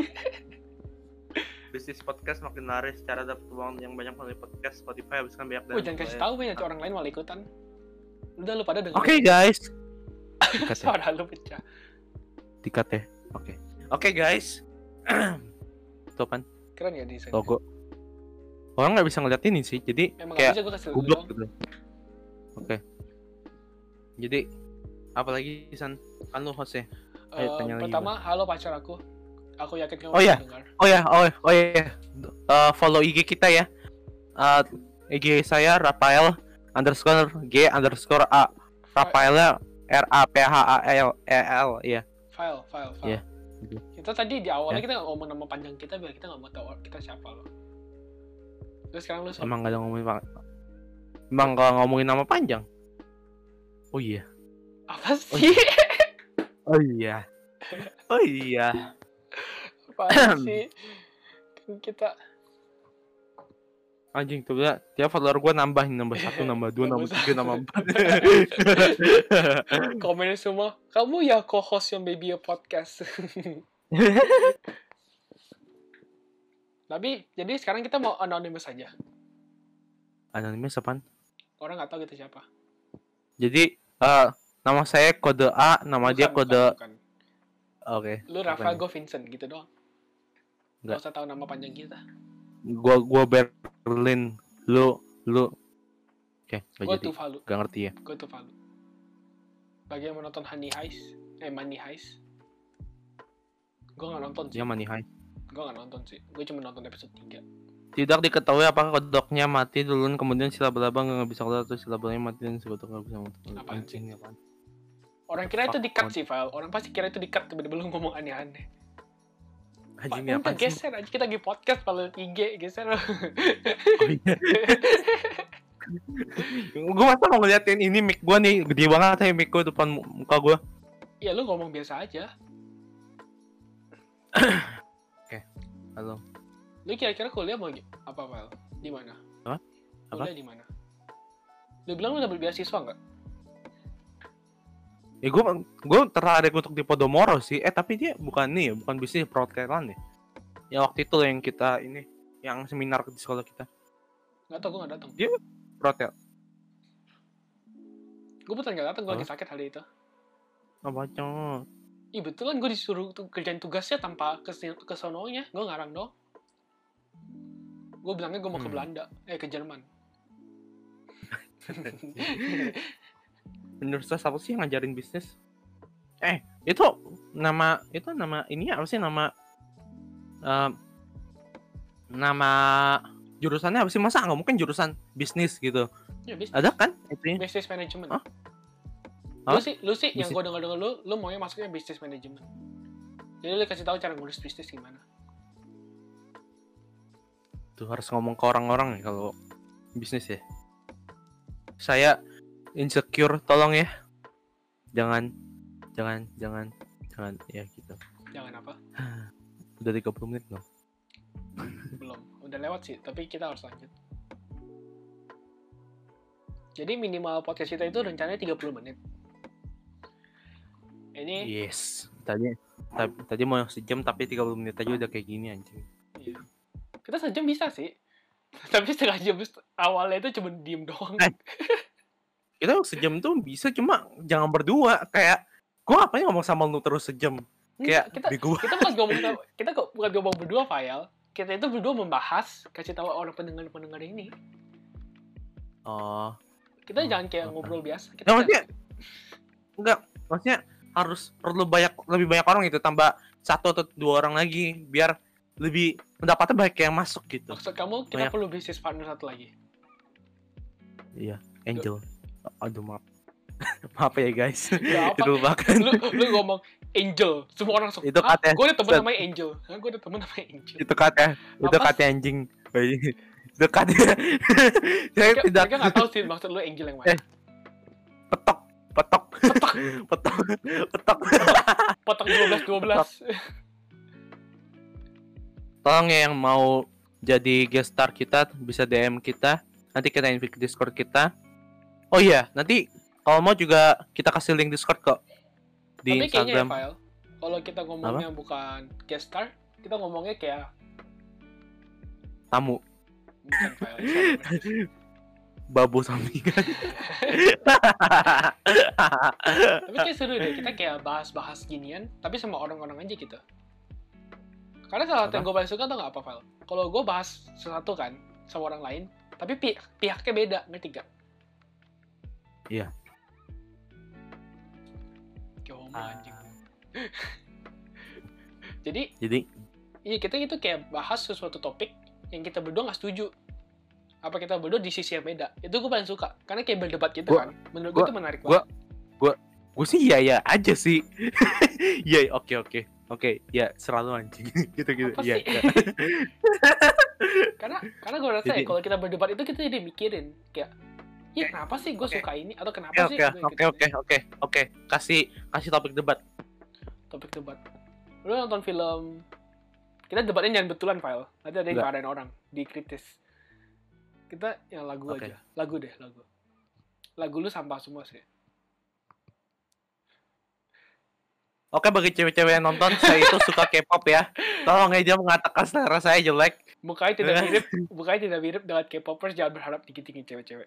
Bisnis podcast makin laris, cara dapat uang yang banyak melalui podcast Spotify habiskan banyak dana. Jangan kasih tahu nanti orang lain malah ikutan. Udah lu pada dengerin. Oke, guys. Suara lu pecah. Dikat ya. Oke, guys. Itu apaan? Keren ya desainnya. Logo. Orang nggak bisa ngeliat ini sih, jadi emang kayak goblok gitu. Oke. Jadi apalagi San, kan lu host ya? Ayo, pertama, halo pacar aku. Aku yakin kamu dengar. Oh ya. Follow IG kita ya. IG saya Rafael_G_A. Rafaelnya RAPHALEL ya. File. Yeah. Kita tadi di awalnya kita nggak ngomong nama panjang kita biar kita nggak mau tahu kita siapa loh. Terus sekarang lu emang nggak ada ngomongin nama panjang. Oh iya. Apa sih? Oh iya. Apa sih? Kan kita anjing tuh ya, tiap follower gue nambah 1, nambah 2, nambah 3, nambah 4. Komennya semua, kamu ya co-host yang Baby Podcast. Tapi jadi sekarang kita mau anonymous aja. Anonymous apaan? Orang nggak tahu kita siapa. Jadi nama saya kode A, nama dia kode. Oke. Lu Rafa, gue Vincent gitu doang. Nggak usah tahu nama panjang kita. Gua Berlin, lu. Oke, gue Tuvalu. Gak ngerti ya. Gue Tuvalu. Bagi yang menonton Money Heist. Gue nggak nonton sih. Ya Money Heist. Gue nggak nonton sih. Gue cuma nonton episode 3. Tidak diketahui apakah kodoknya mati dulu, kemudian si laba-laba nggak bisa keluar, atau si laba-labanya mati dan si kodok nggak bisa keluar. Apaan sih? Orang kira itu di-cut sih, Val. Orang pasti kira itu di-cut, tiba-tiba lu ngomong aneh-aneh. Anjing apa sih? Geser aja, kita lagi podcast kalau IG geser. Oh iya. Gue masa mau ngeliatin ini mic gue nih, gede banget ya mic gue depan muka gue. Iya, lu ngomong biasa aja. Oke. Halo. Lu kira-kira kuliah mau apa, Val? Di mana? Hah? Apa? Kuliah di mana? Lu bilang lu dapet beasiswa enggak? Ya gue tertarik untuk di Podomoro sih. Tapi dia bukan nih, bukan bisnis perhotelan ya. Ya waktu itu yang kita ini, yang seminar di sekolah kita. Nggak tau, gue nggak datang. Dia perhotel. Gue betul nggak datang, gue lagi sakit hari itu. Apa cowok? Ih betulan gue disuruh kerjain tugasnya tanpa kesononya. Gue ngarang dong. Gue bilangnya gue mau ke Belanda, ke Jerman. Universitas apa sih yang ngajarin bisnis? Itu nama ini apa sih nama jurusannya apa sih? Masa nggak mungkin jurusan bisnis gitu? Ya, bisnis. Ada kan itu? Business management. Huh? Hah? Lu sih yang Bisnis- gue dengar lu maunya masuknya bisnis manajemen. Jadi lu kasih tahu cara ngurus bisnis gimana. Tuh harus ngomong ke orang-orang ya kalau bisnis ya. Saya insecure, tolong ya. Jangan ya gitu. Jangan apa? Udah 30 menit dong. Belum. Udah lewat sih, tapi kita harus lanjut. Jadi minimal podcast kita itu rencananya 30 menit. Ini Yes. Tadi mau sejam tapi 30 menit aja udah kayak gini anjing. iya. Kita sejam bisa sih. Tapi setengah jam awalnya itu cuma diem doang. Kita sejam tuh bisa, cuma jangan berdua. Kayak gua ngapain ngomong sama lu terus sejam? Kayak bego. Kita bukan ngomong berdua, File. Kita itu berdua membahas, kasih tahu orang pendengar ini. Oh. Kita jangan kayak ngobrol biasa. Kita Maksudnya harus lebih banyak orang gitu, tambah 1 atau 2 orang lagi biar lebih pendapatnya banyak yang masuk gitu. Maksud kamu kita perlu bisnis partner satu lagi? Iya, Angel. Aduh maaf. Maaf ya guys. Ya, apa? Itu bahkan Lu ngomong Angel, semua orang suka. Itu katanya. Gue ada temen namanya Angel. Gue ada temen namanya Angel. itu kata anjing. Itu kata. Saya tidak Mereka nggak tahu sih maksud lu Angel yang mana. petok. Potong 12. Tolong ya yang mau jadi guest star kita bisa DM kita. Nanti kita invite ke Discord kita. Oh iya, nanti kalau mau juga kita kasih link Discord kok di Tapi kayaknya ya, Instagram. File, kalau kita ngomongnya bukan guest star, kita ngomongnya kayak Tamu bukan File. babu sampingan. Tapi kayak seru deh, kita kayak bahas-bahas ginian, tapi sama orang-orang aja gitu. Karena salah satu yang gue paling suka tuh nggak apa, File? Kalau gue bahas sesuatu kan sama orang lain, tapi pihaknya beda, ngerti gak? Iya. Kayak homo anjing. Jadi iya, kita itu kayak bahas sesuatu topik yang kita berdua nggak setuju. Apa kita berdua di sisi yang beda. Itu gue paling suka. Karena kayak berdebat gitu kan. Menurut gue itu menarik banget. Gue sih ya aja sih. Iya, oke. Ya, selalu anjing. gitu. Apa Iya. sih? karena gue rasa ya kalau kita berdebat itu kita jadi mikirin kayak ya kenapa sih gue suka ini atau kenapa sih gue ikutin ini? Oke. Kasih topik debat. Topik debat. Lu nonton film, kita debatnya jangan betulan, File. Nanti ada yang Enggak. marahin orang di kritis. Kita yang lagu Oke. aja. Lagu lu sampah semua sih. Oke, bagi cewek-cewek yang nonton, saya itu suka K-pop ya. Tolong aja mengatakan selera saya jelek. Mukanya tidak mirip dengan K-popers. Jangan berharap tinggi-tinggi cewek-cewek.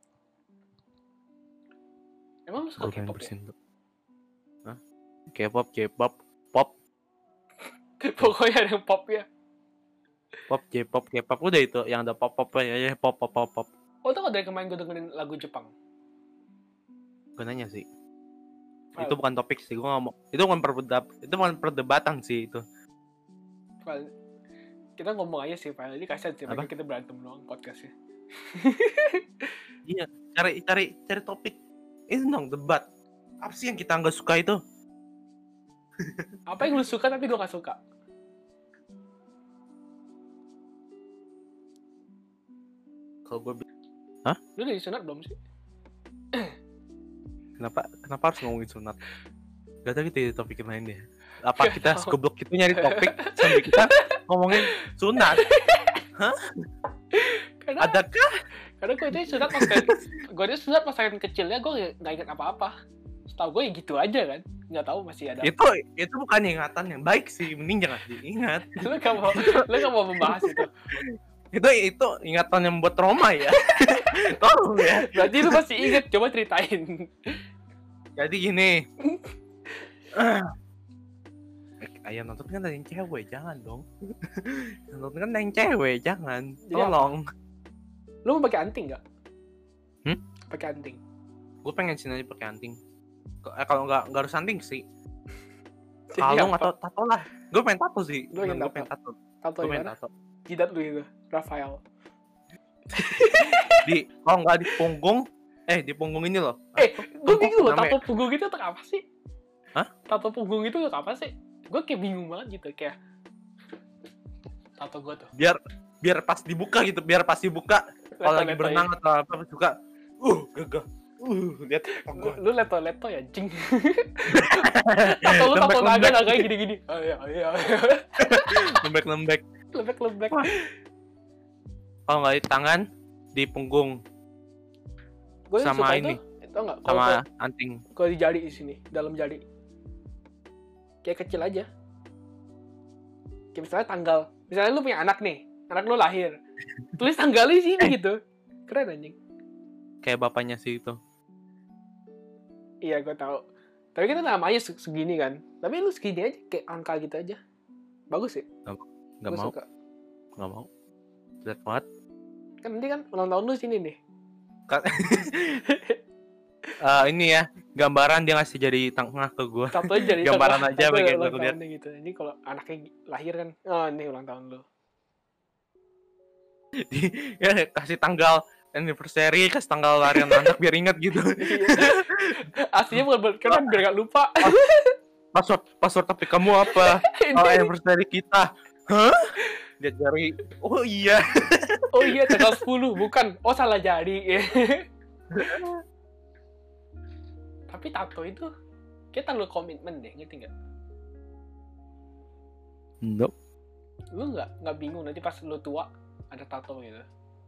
Emang lu suka K-pop ya? Hah? K-pop, pop, Pokoknya ada yang pop ya. J-pop, K-pop udah itu yang ada pop ya, pop. Oh, tau gak dari kemarin gue dengerin lagu Jepang? Gunanya sih. File. Itu bukan topik sih, gua ngomong. Itu bukan perdebatan sih itu. File. Kita ngomong aja sih, File. Ini kasihan sih, Apa? mereka kita berantem doang podcastnya. Iya, cari topik. Itu dong debat. Apa sih yang kita nggak suka itu? Apa yang lu suka tapi gue gak suka? Kalau gue Lu udah disunat belum sih? kenapa harus ngomongin sunat? Gak tahu gitu topik lain deh. Apa kita segoblok itu nyari topik sambil kita ngomongin sunat? Adakah? Karena gue itu sunat pas kecilnya gue nggak ingat apa-apa. Setahu gue ya gitu aja kan, nggak tahu masih ada. Itu bukan ingatan yang baik sih, mending jangan diingat. Lu nggak mau membahas itu. Itu ingatan yang membuat trauma ya. Tolong ya. Berarti lu masih ingat, coba ceritain. Jadi gini. Ayah nonton kan ada yang cewek, jangan dong. Nonton kan ada yang cewek, jangan. Tolong. Lu mau pakai anting nggak? Pakai anting. Gue pengen sih nanti pakai anting. Kalau nggak harus anting sih. Jadi Kalung apa? atau tato lah. Gue pengen tato sih. Lu pengen Gue pengen tato. Tato Gue pengen gimana? tato. Jidat lu gitu, Rafael. Kalau nggak di punggung, di punggung ini loh. Gue bingung loh, namanya. tato punggung itu untuk apa sih? Hah? Tato punggung itu untuk apa sih? Gue kayak bingung banget gitu, kayak tato gue tuh. Biar pas dibuka gitu, kalau lagi berenang atau apa suka gagah. Lihat gua. Lu leto-leto ya, cing. Tato lu tato naga kayak gini-gini. Ayo. Lembek. Lembek. Kalau nggak di tangan, di punggung. Gue sama suka ini. Itu tau nggak? Sama anting. Kalau di jari di sini, dalam jari. Kayak kecil aja. Kayak misalnya tanggal. Misalnya lu punya anak nih, anak lu lahir. Tulis tanggalnya di sini gitu. Keren anjing. Kayak bapaknya sih itu. Iya, gue tahu. Tapi kita namanya segini kan. Tapi lu segini aja, kayak angka gitu aja. Bagus sih. Nggak mau. Suka. Nggak mau. Lihat banget. Kan nanti kan ulang tahun lu sini nih. Ini ya, gambaran dia ngasih jadi tengah ke gue. Satu aja jadi gambaran aja begitu ulang lihat. tahunnya gitu. Ini kalau anaknya lahir kan, oh ini ulang tahun lu. Ya kasih tanggal anniversary, kasih tanggal lahir anak biar ingat gitu. Aslinya bukan kan biar gak lupa. Password tapi kamu apa? Anniversary kita. Hah? Lihat jari. Oh iya, tanggal 10 bukan. Oh salah jari. Tapi tato itu kita terlalu komitmen deh, ngerti nggak? Nope. Lu nggak bingung nanti pas lu tua ada tato gitu?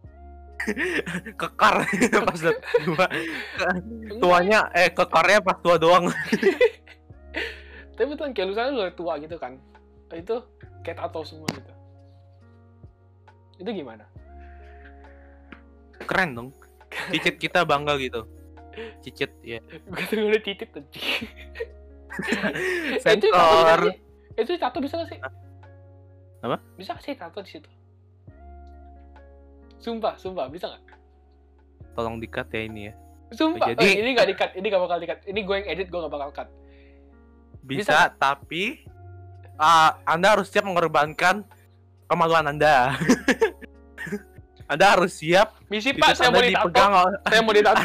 Kekar pas tua. Tuanya kekarnya pas tua doang. Tapi betul kayak lu udah tua gitu kan, itu kayak tato semua gitu. Itu gimana? Keren dong. Cicit kita bangga gitu. Cicit ya. Gue tuh udah cicit anjing. Sensor. Itu tato bisa gak sih? Apa? Bisa gak sih tato di situ? Sumpah, bisa gak? Tolong di-cut ya ini ya. Sumpah, Jadi, ini gak di-cut, ini gak bakal di-cut. Ini gue yang edit, gue gak bakal cut. Bisa tapi Anda harus siap mengorbankan kemaluan Anda. Anda harus siap. Misi Pak, saya mau ditato. Saya mau ditato.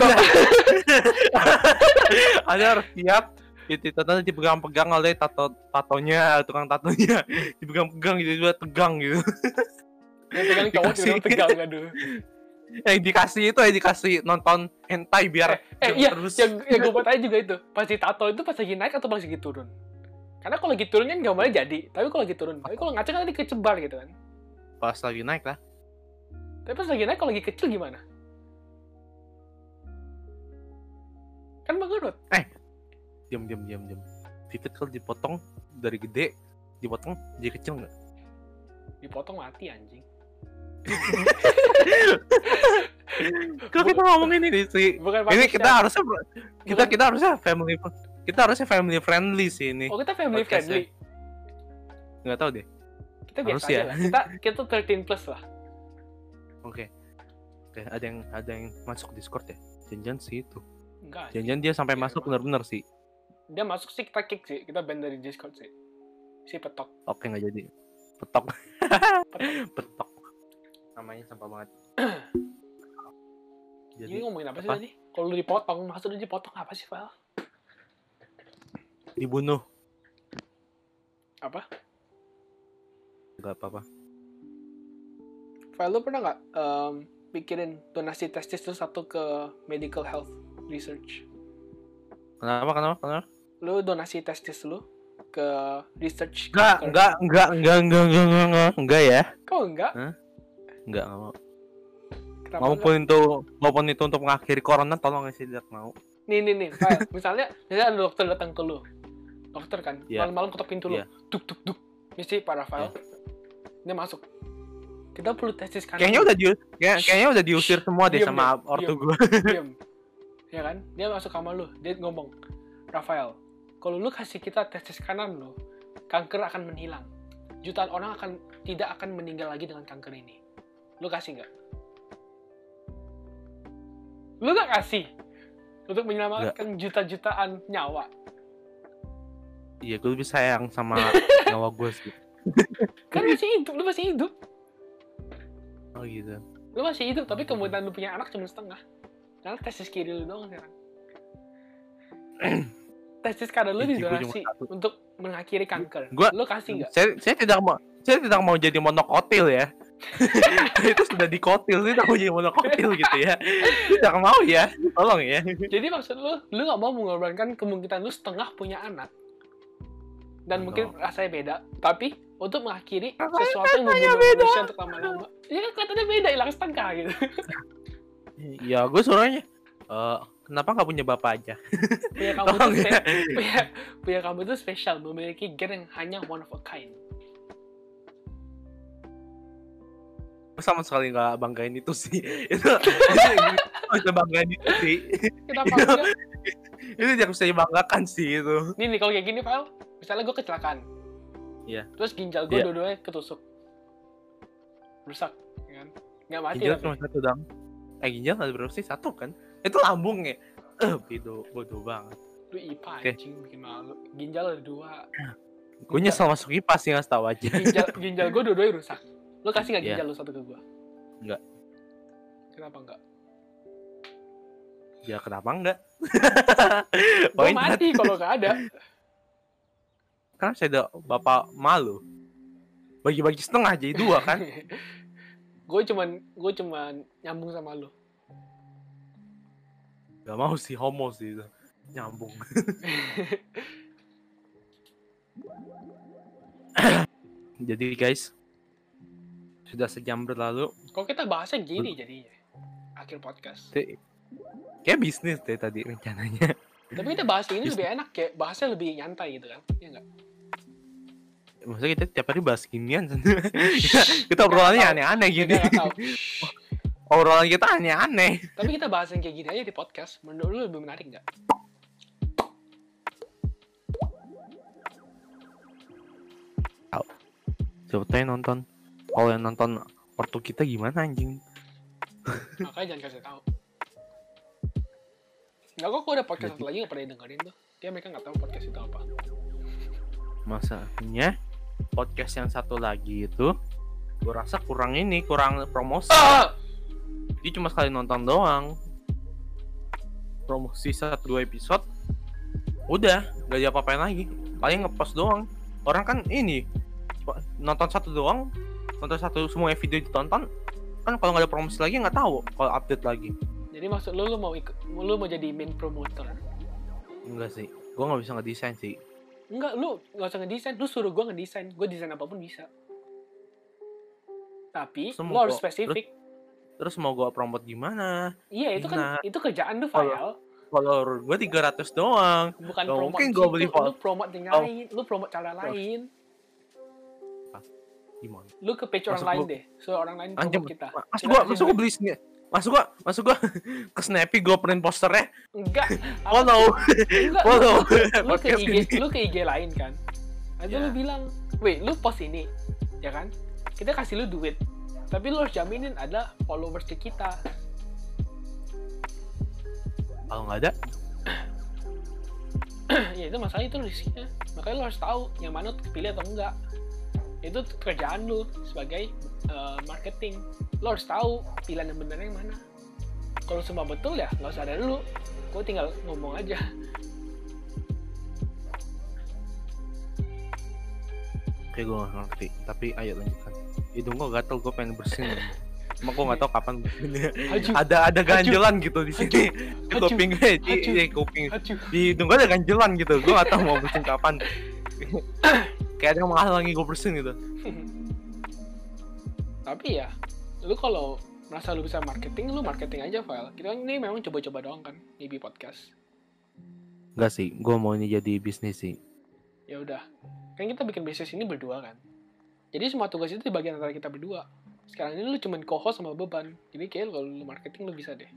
Anda harus siap. Tatonya dipegang-pegang oleh tatonya, tukang tatonya. Dipegang-pegang gitu, juga tegang gitu. Yang pegang cowok juga tegang, aduh. Dikasih nonton hentai biar iya, terus. yang gue buat aja juga itu. Pas ditato itu pas lagi naik atau pas lagi turun? Karena kalau lagi turun kan gambarnya jadi. Tapi kalau lagi turun, tapi kalau ngaca kan tadi kecebar gitu kan. Pas lagi naik lah. Tapi pas lagi naik, kalau lagi kecil gimana? Kan menurut. Diam. Titik kalau dipotong dari gede, dipotong jadi kecil nggak? Dipotong mati anjing. Kalau kita ngomongin ini sih, ini kita harusnya family friendly sih ini. Oh, kita family friendly. Nggak tahu deh. Kita biasa aja lah. Kita 13 plus lah. Oke, ada yang masuk Discord ya? Jangan sih itu. Enggak. Jangan dia sampai masuk benar-benar sih. Dia masuk sih, kita kick sih. Kita ban dari Discord sih. Si petok. Oke, nggak jadi. Petok. Namanya sampah banget. Jadi ngomongin apa sih tadi? Kalau lu dipotong, maksudnya dipotong apa sih, Val? Dibunuh. Apa? Enggak apa-apa. Val, lu pernah nggak pikirin donasi testis itu satu ke medical health research? Kenapa? Lu donasi testis lu ke research? Enggak ya. Kok enggak? Enggak mau. Kenapa Maupun itu untuk mengakhiri corona, tolong sih tidak mau. Nih, Val. misalnya ada dokter datang ke lu. Dokter kan, malam-malam ketok pintu lu. Duk. Misi para Val. Dia masuk. Kita perlu testis kanan. Kayaknya udah diusir semua deh sama ortu gue. Diam. Ya kan? Dia masuk kamar lu. Dia ngomong, Rafael, kalau lu kasih kita testis kanan lu, kanker akan menghilang. Jutaan orang tidak akan meninggal lagi dengan kanker ini. Lu kasih nggak? Lu nggak kasih untuk menyelamatkan juta-jutaan nyawa. Iya, gue lebih sayang sama nyawa gue sih. Kan lu masih hidup. Oh gitu. Lu masih hidup, tapi kemungkinan lu punya anak cuma setengah. Karena tesis kiri lu doang sekarang. Tesis kanan lu Biji gua didonasi cuma satu. untuk mengakhiri kanker. Gua- Lu kasih nggak? Saya tidak mau jadi monokotil ya. Itu sudah dikotil, saya tidak mau jadi monokotil gitu ya. Tidak mau ya, tolong ya. Jadi maksud lu nggak mau mengorbankan kemungkinan lu setengah punya anak. Dan mungkin rasanya beda, tapi untuk mengakhiri sesuatu yang membunuh manusia untuk lama-lama. Ya kan kelihatannya beda, hilang setengah gitu. Ya gue suruhnya, kenapa nggak punya bapak aja? Punya kamu Tolong tuh ya. punya kamu tuh spesial, memiliki gen yang hanya one of a kind. Gue sama sekali nggak banggain itu sih. Itu nggak bisa banggain itu sih. Kenapa enggak? Itu tidak bisa dibanggakan sih itu. Nih kalau kayak gini, Val, misalnya gue kecelakaan. Iya. Terus ginjal gue Iya. dua-duanya ketusuk. Rusak, ya kan? Nggak mati Ginjal tapi. cuma satu dong. Ginjal ada berapa sih? Satu kan? Itu lambungnya. Bodoh banget. Lu IPA Oke. anjing, bikin malu. Ginjal ada 2. Gue nyesel masuk IPA sih, nggak tahu aja. Ginjal gue dua-duanya rusak. Lu kasih nggak Iya. ginjal lu satu ke gue? Enggak. Kenapa enggak? Ya kenapa enggak? Gue mati kalau nggak ada. Karena saya ada bapak malu. Bagi-bagi setengah jadi 2 kan? gue cuman nyambung sama lu. Gak mau sih, homo sih itu. Nyambung. Jadi guys, sudah sejam berlalu. Kalau kita bahasnya gini jadinya. Akhir podcast. Kayak bisnis deh tadi rencananya. Tapi kita bahas ini lebih enak, kayak bahasnya lebih nyantai gitu kan. Iya nggak? Maksudnya kita tiap hari bahas ginian. Kita obrolannya aneh-aneh gini. Kita nggak tahu. Obrolan kita aneh-aneh. Tapi kita bahas yang kayak gini aja di podcast. Menurut lu lebih menarik nggak? Coba tanya nonton. Kalau yang nonton ortu kita gimana anjing? Makanya jangan kasih tahu. Nggak kok ada podcast satu lagi nggak pernah dengerin tuh. Dia mereka nggak tahu podcast itu apa. Masalahnya podcast yang satu lagi itu gue rasa kurang promosi. Dia cuma sekali nonton doang. Promosi 1-2 episode udah gak diapa-apain lagi. Paling ngepost doang. Orang kan ini nonton satu doang, nonton satu semua video ditonton kan, kalau nggak ada promosi lagi nggak tahu kalau update lagi. Jadi maksud lu mau jadi main promoter? Enggak sih, gue nggak bisa ngedesain sih. Enggak, lu nggak usah ngedesain. Lu suruh gue ngedesain. Gue desain apapun bisa. Tapi lu harus spesifik. Terus mau gue promote gimana? Iya, itu kan itu kerjaan lu, file. Follower gue 300 doang. Bukan Gak promote mungkin gitu. gue beli Lu promote yang lain. Lu promote cara lain. Gimana? Lu ke page orang lain deh. Suruh orang lain promote kita. Masuk gua beli sini. Masuk gua ke Snappy, gua print posternya. Enggak. Follow. Lu ke IG lain kan. Nanti lu bilang, "Wait, lu post ini." Ya kan? Kita kasih lu duit. Tapi lu harus jaminin ada followers ke kita. Kalau nggak ada, Ya itu masalah, itu risknya. Makanya lu harus tahu yang mana tuh kepilih atau enggak. Itu kerjaan lu sebagai marketing. Lu harus tahu pilihan yang benar yang mana. Kalau semua betul ya nggak usah ada dulu. Gue tinggal ngomong aja. Oke, gue nggak ngerti. Tapi ayo lanjutkan. Hidung gue gatel, gue pengen bersin. Cuma gue nggak tahu kapan bersinnya. Ada ganjelan gitu di sini. Di kuping gue, di kuping. Di hidung gue ada ganjelan gitu. Gue nggak tahu mau bersin kapan. Kayak ada yang menghalangi gue bersin gitu. Tapi ya, lu kalau merasa lu bisa marketing, lu marketing aja, file. Kita ini memang coba-coba doang kan, Nibi Podcast. Enggak sih, gue mau ini jadi bisnis sih. Ya udah, kan kita bikin bisnis ini berdua kan. Jadi semua tugas itu di bagian antara kita berdua. Sekarang ini lu cuman co-host sama beban. Jadi kayak kalau lu marketing lu bisa deh.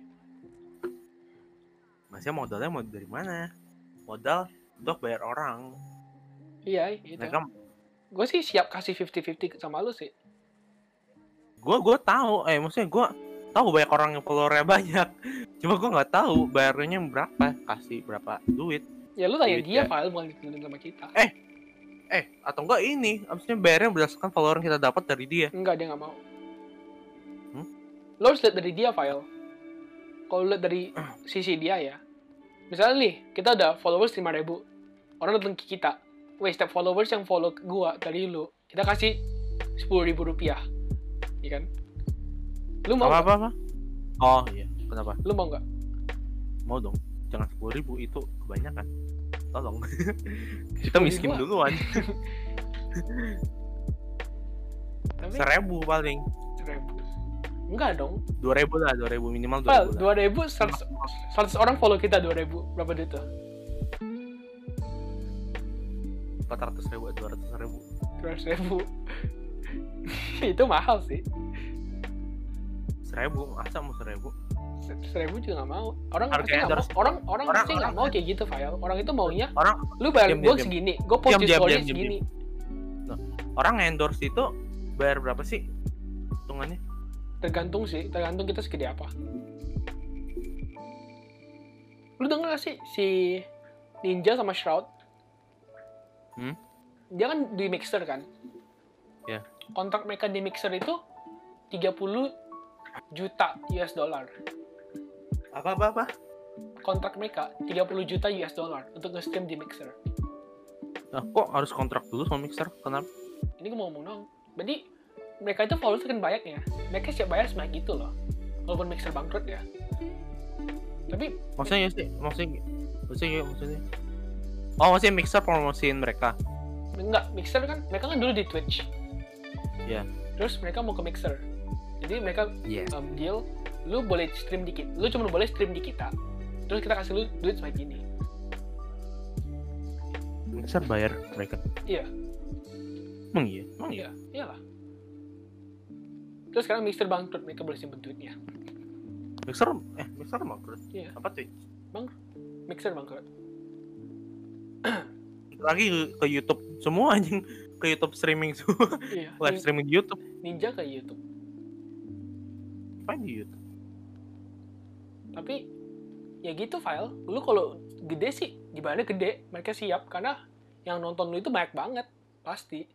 Masnya modalnya mau dari mana? Modal untuk bayar orang. Iya, itu. Gue sih siap kasih 50-50 sama lu sih. Gue tahu, maksudnya gue tahu banyak orang yang followernya banyak. Cuma gue nggak tahu bayarnya berapa, kasih berapa duit. Ya lu tanya Duit dia, ya. file bukan dikenalin sama kita. Atau enggak ini, maksudnya bayarnya berdasarkan follower yang kita dapat dari dia. Enggak, dia nggak mau. Lu harus lihat dari dia, file. kalau lihat dari sisi dia ya, misalnya nih kita udah followers 5.000, orang datang ke kita, setiap followers yang follow gua dari lu, kita kasih 10.000 rupiah, iya kan? Lu mau apa? Oh iya, kenapa? Lu mau nggak? Mau dong, jangan 10.000 itu kebanyakan. Tolong. Kita miskin duluan. Tapi 1.000 paling. 1.000. Enggak dong. 2.000 lah, 2.000 minimal 2.000. 2.000 100 orang follow kita 2.000. Berapa duit tuh? 400.000, 200.000. 200.000. Itu mahal sih. 1.000, masa mau 1.000? 1.000 juga nggak mau. Orang harganya pasti nggak mau. Orang pasti nggak mau kayak gitu, File. Orang itu maunya orang lu bayar gue diam. segini, gue post di story segini. Nah, orang endorse itu bayar berapa sih hitungannya? Tergantung kita segede apa. Lu denger gak sih si Ninja sama Shroud? Dia kan di Mixer kan? Ya. Kontrak mereka di Mixer itu 30 juta US dollar. Apa? Kontrak mereka 30 juta US dollar untuk nge-stream di Mixer. Nah, kok harus kontrak dulu sama Mixer? Kenapa? Ini gue mau ngomong dong. Jadi mereka itu followers kan banyaknya. Mereka siap bayar sebanyak itu loh. Walaupun Mixer bangkrut ya. Tapi maksudnya. Oh, maksudnya Mixer promosiin mereka. Enggak, Mixer kan mereka kan dulu di Twitch. Iya. Yeah. Terus mereka mau ke Mixer. Jadi mereka Yes. Deal, lu boleh stream dikit. Lu cuma boleh stream di kita. Terus kita kasih lu duit sebanyak ini. Mixer bayar mereka. Iya. Emang iya? Iyalah. Terus sekarang Mixer bangkrut, mereka boleh simpen duitnya. Mixer bangkrut. Iya. Apa tuh? Mixer bangkrut. Lagi ke YouTube semua anjing, ke YouTube streaming semua. Iya. Live streaming di YouTube. Ninja ke YouTube. Apa di YouTube? Tapi ya gitu, File. Lu kalau gede sih, dibayarnya gede, mereka siap karena yang nonton lu itu banyak banget, pasti.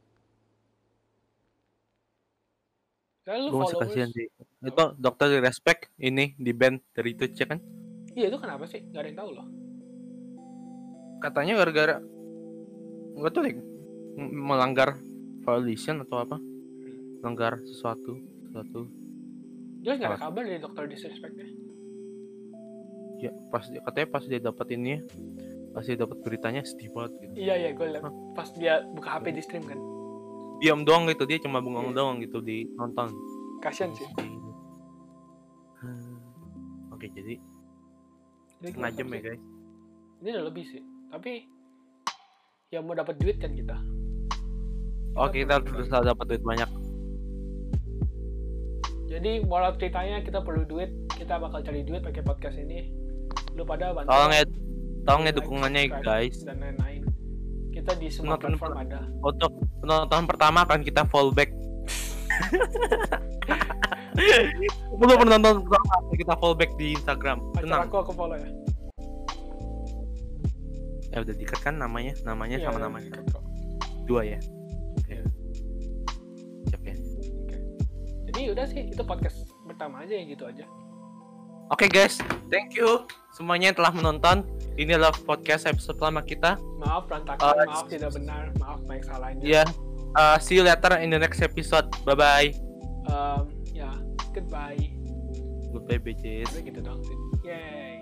Karena lu Gue masih followers. kasihan sih. Itu dokter di respect ini di band dari Twitch ya kan? Iya, itu kenapa sih? Gak ada yang tahu loh. Katanya gara-gara nggak tahu deh, melanggar violation atau apa? Melanggar sesuatu. Jelas gak ada kabar dari dokter disrespect-nya. Ya, katanya pas dia dapat ini, pas dia dapat beritanya sedih banget gitu. Iya, gue liat pas dia buka HP di stream kan. Diam doang gitu, dia cuma bengong doang gitu di nonton. Kasian sih. Oke, jadi Jadi setengah jam ya guys. Ini udah lebih sih. Tapi ya mau dapat duit kan kita. Kita berusaha dapat duit banyak. Jadi moral ceritanya kita perlu duit, kita bakal cari duit pakai podcast ini. Lu pada bantu. Tolong ya dukungannya guys. Dan lain-lain. Kita di semua platform ada. Untuk penonton pertama akan kita fallback. Untuk penonton pertama kita fallback di Instagram. Pacar aku follow ya. Ya udah diikat kan namanya Iya, sama namanya. 2 ya. Oke. Siap ya. Oke. Jadi udah sih, itu podcast pertama aja ya, gitu aja. Oke guys, thank you semuanya yang telah menonton. Ini adalah podcast episode pertama kita. Maaf berantakan, maaf tidak benar, maaf banyak salahnya. Ya, see you later in the next episode. Bye bye. Ya, goodbye. Goodbye bitches. Gitu dong sih. Yeah.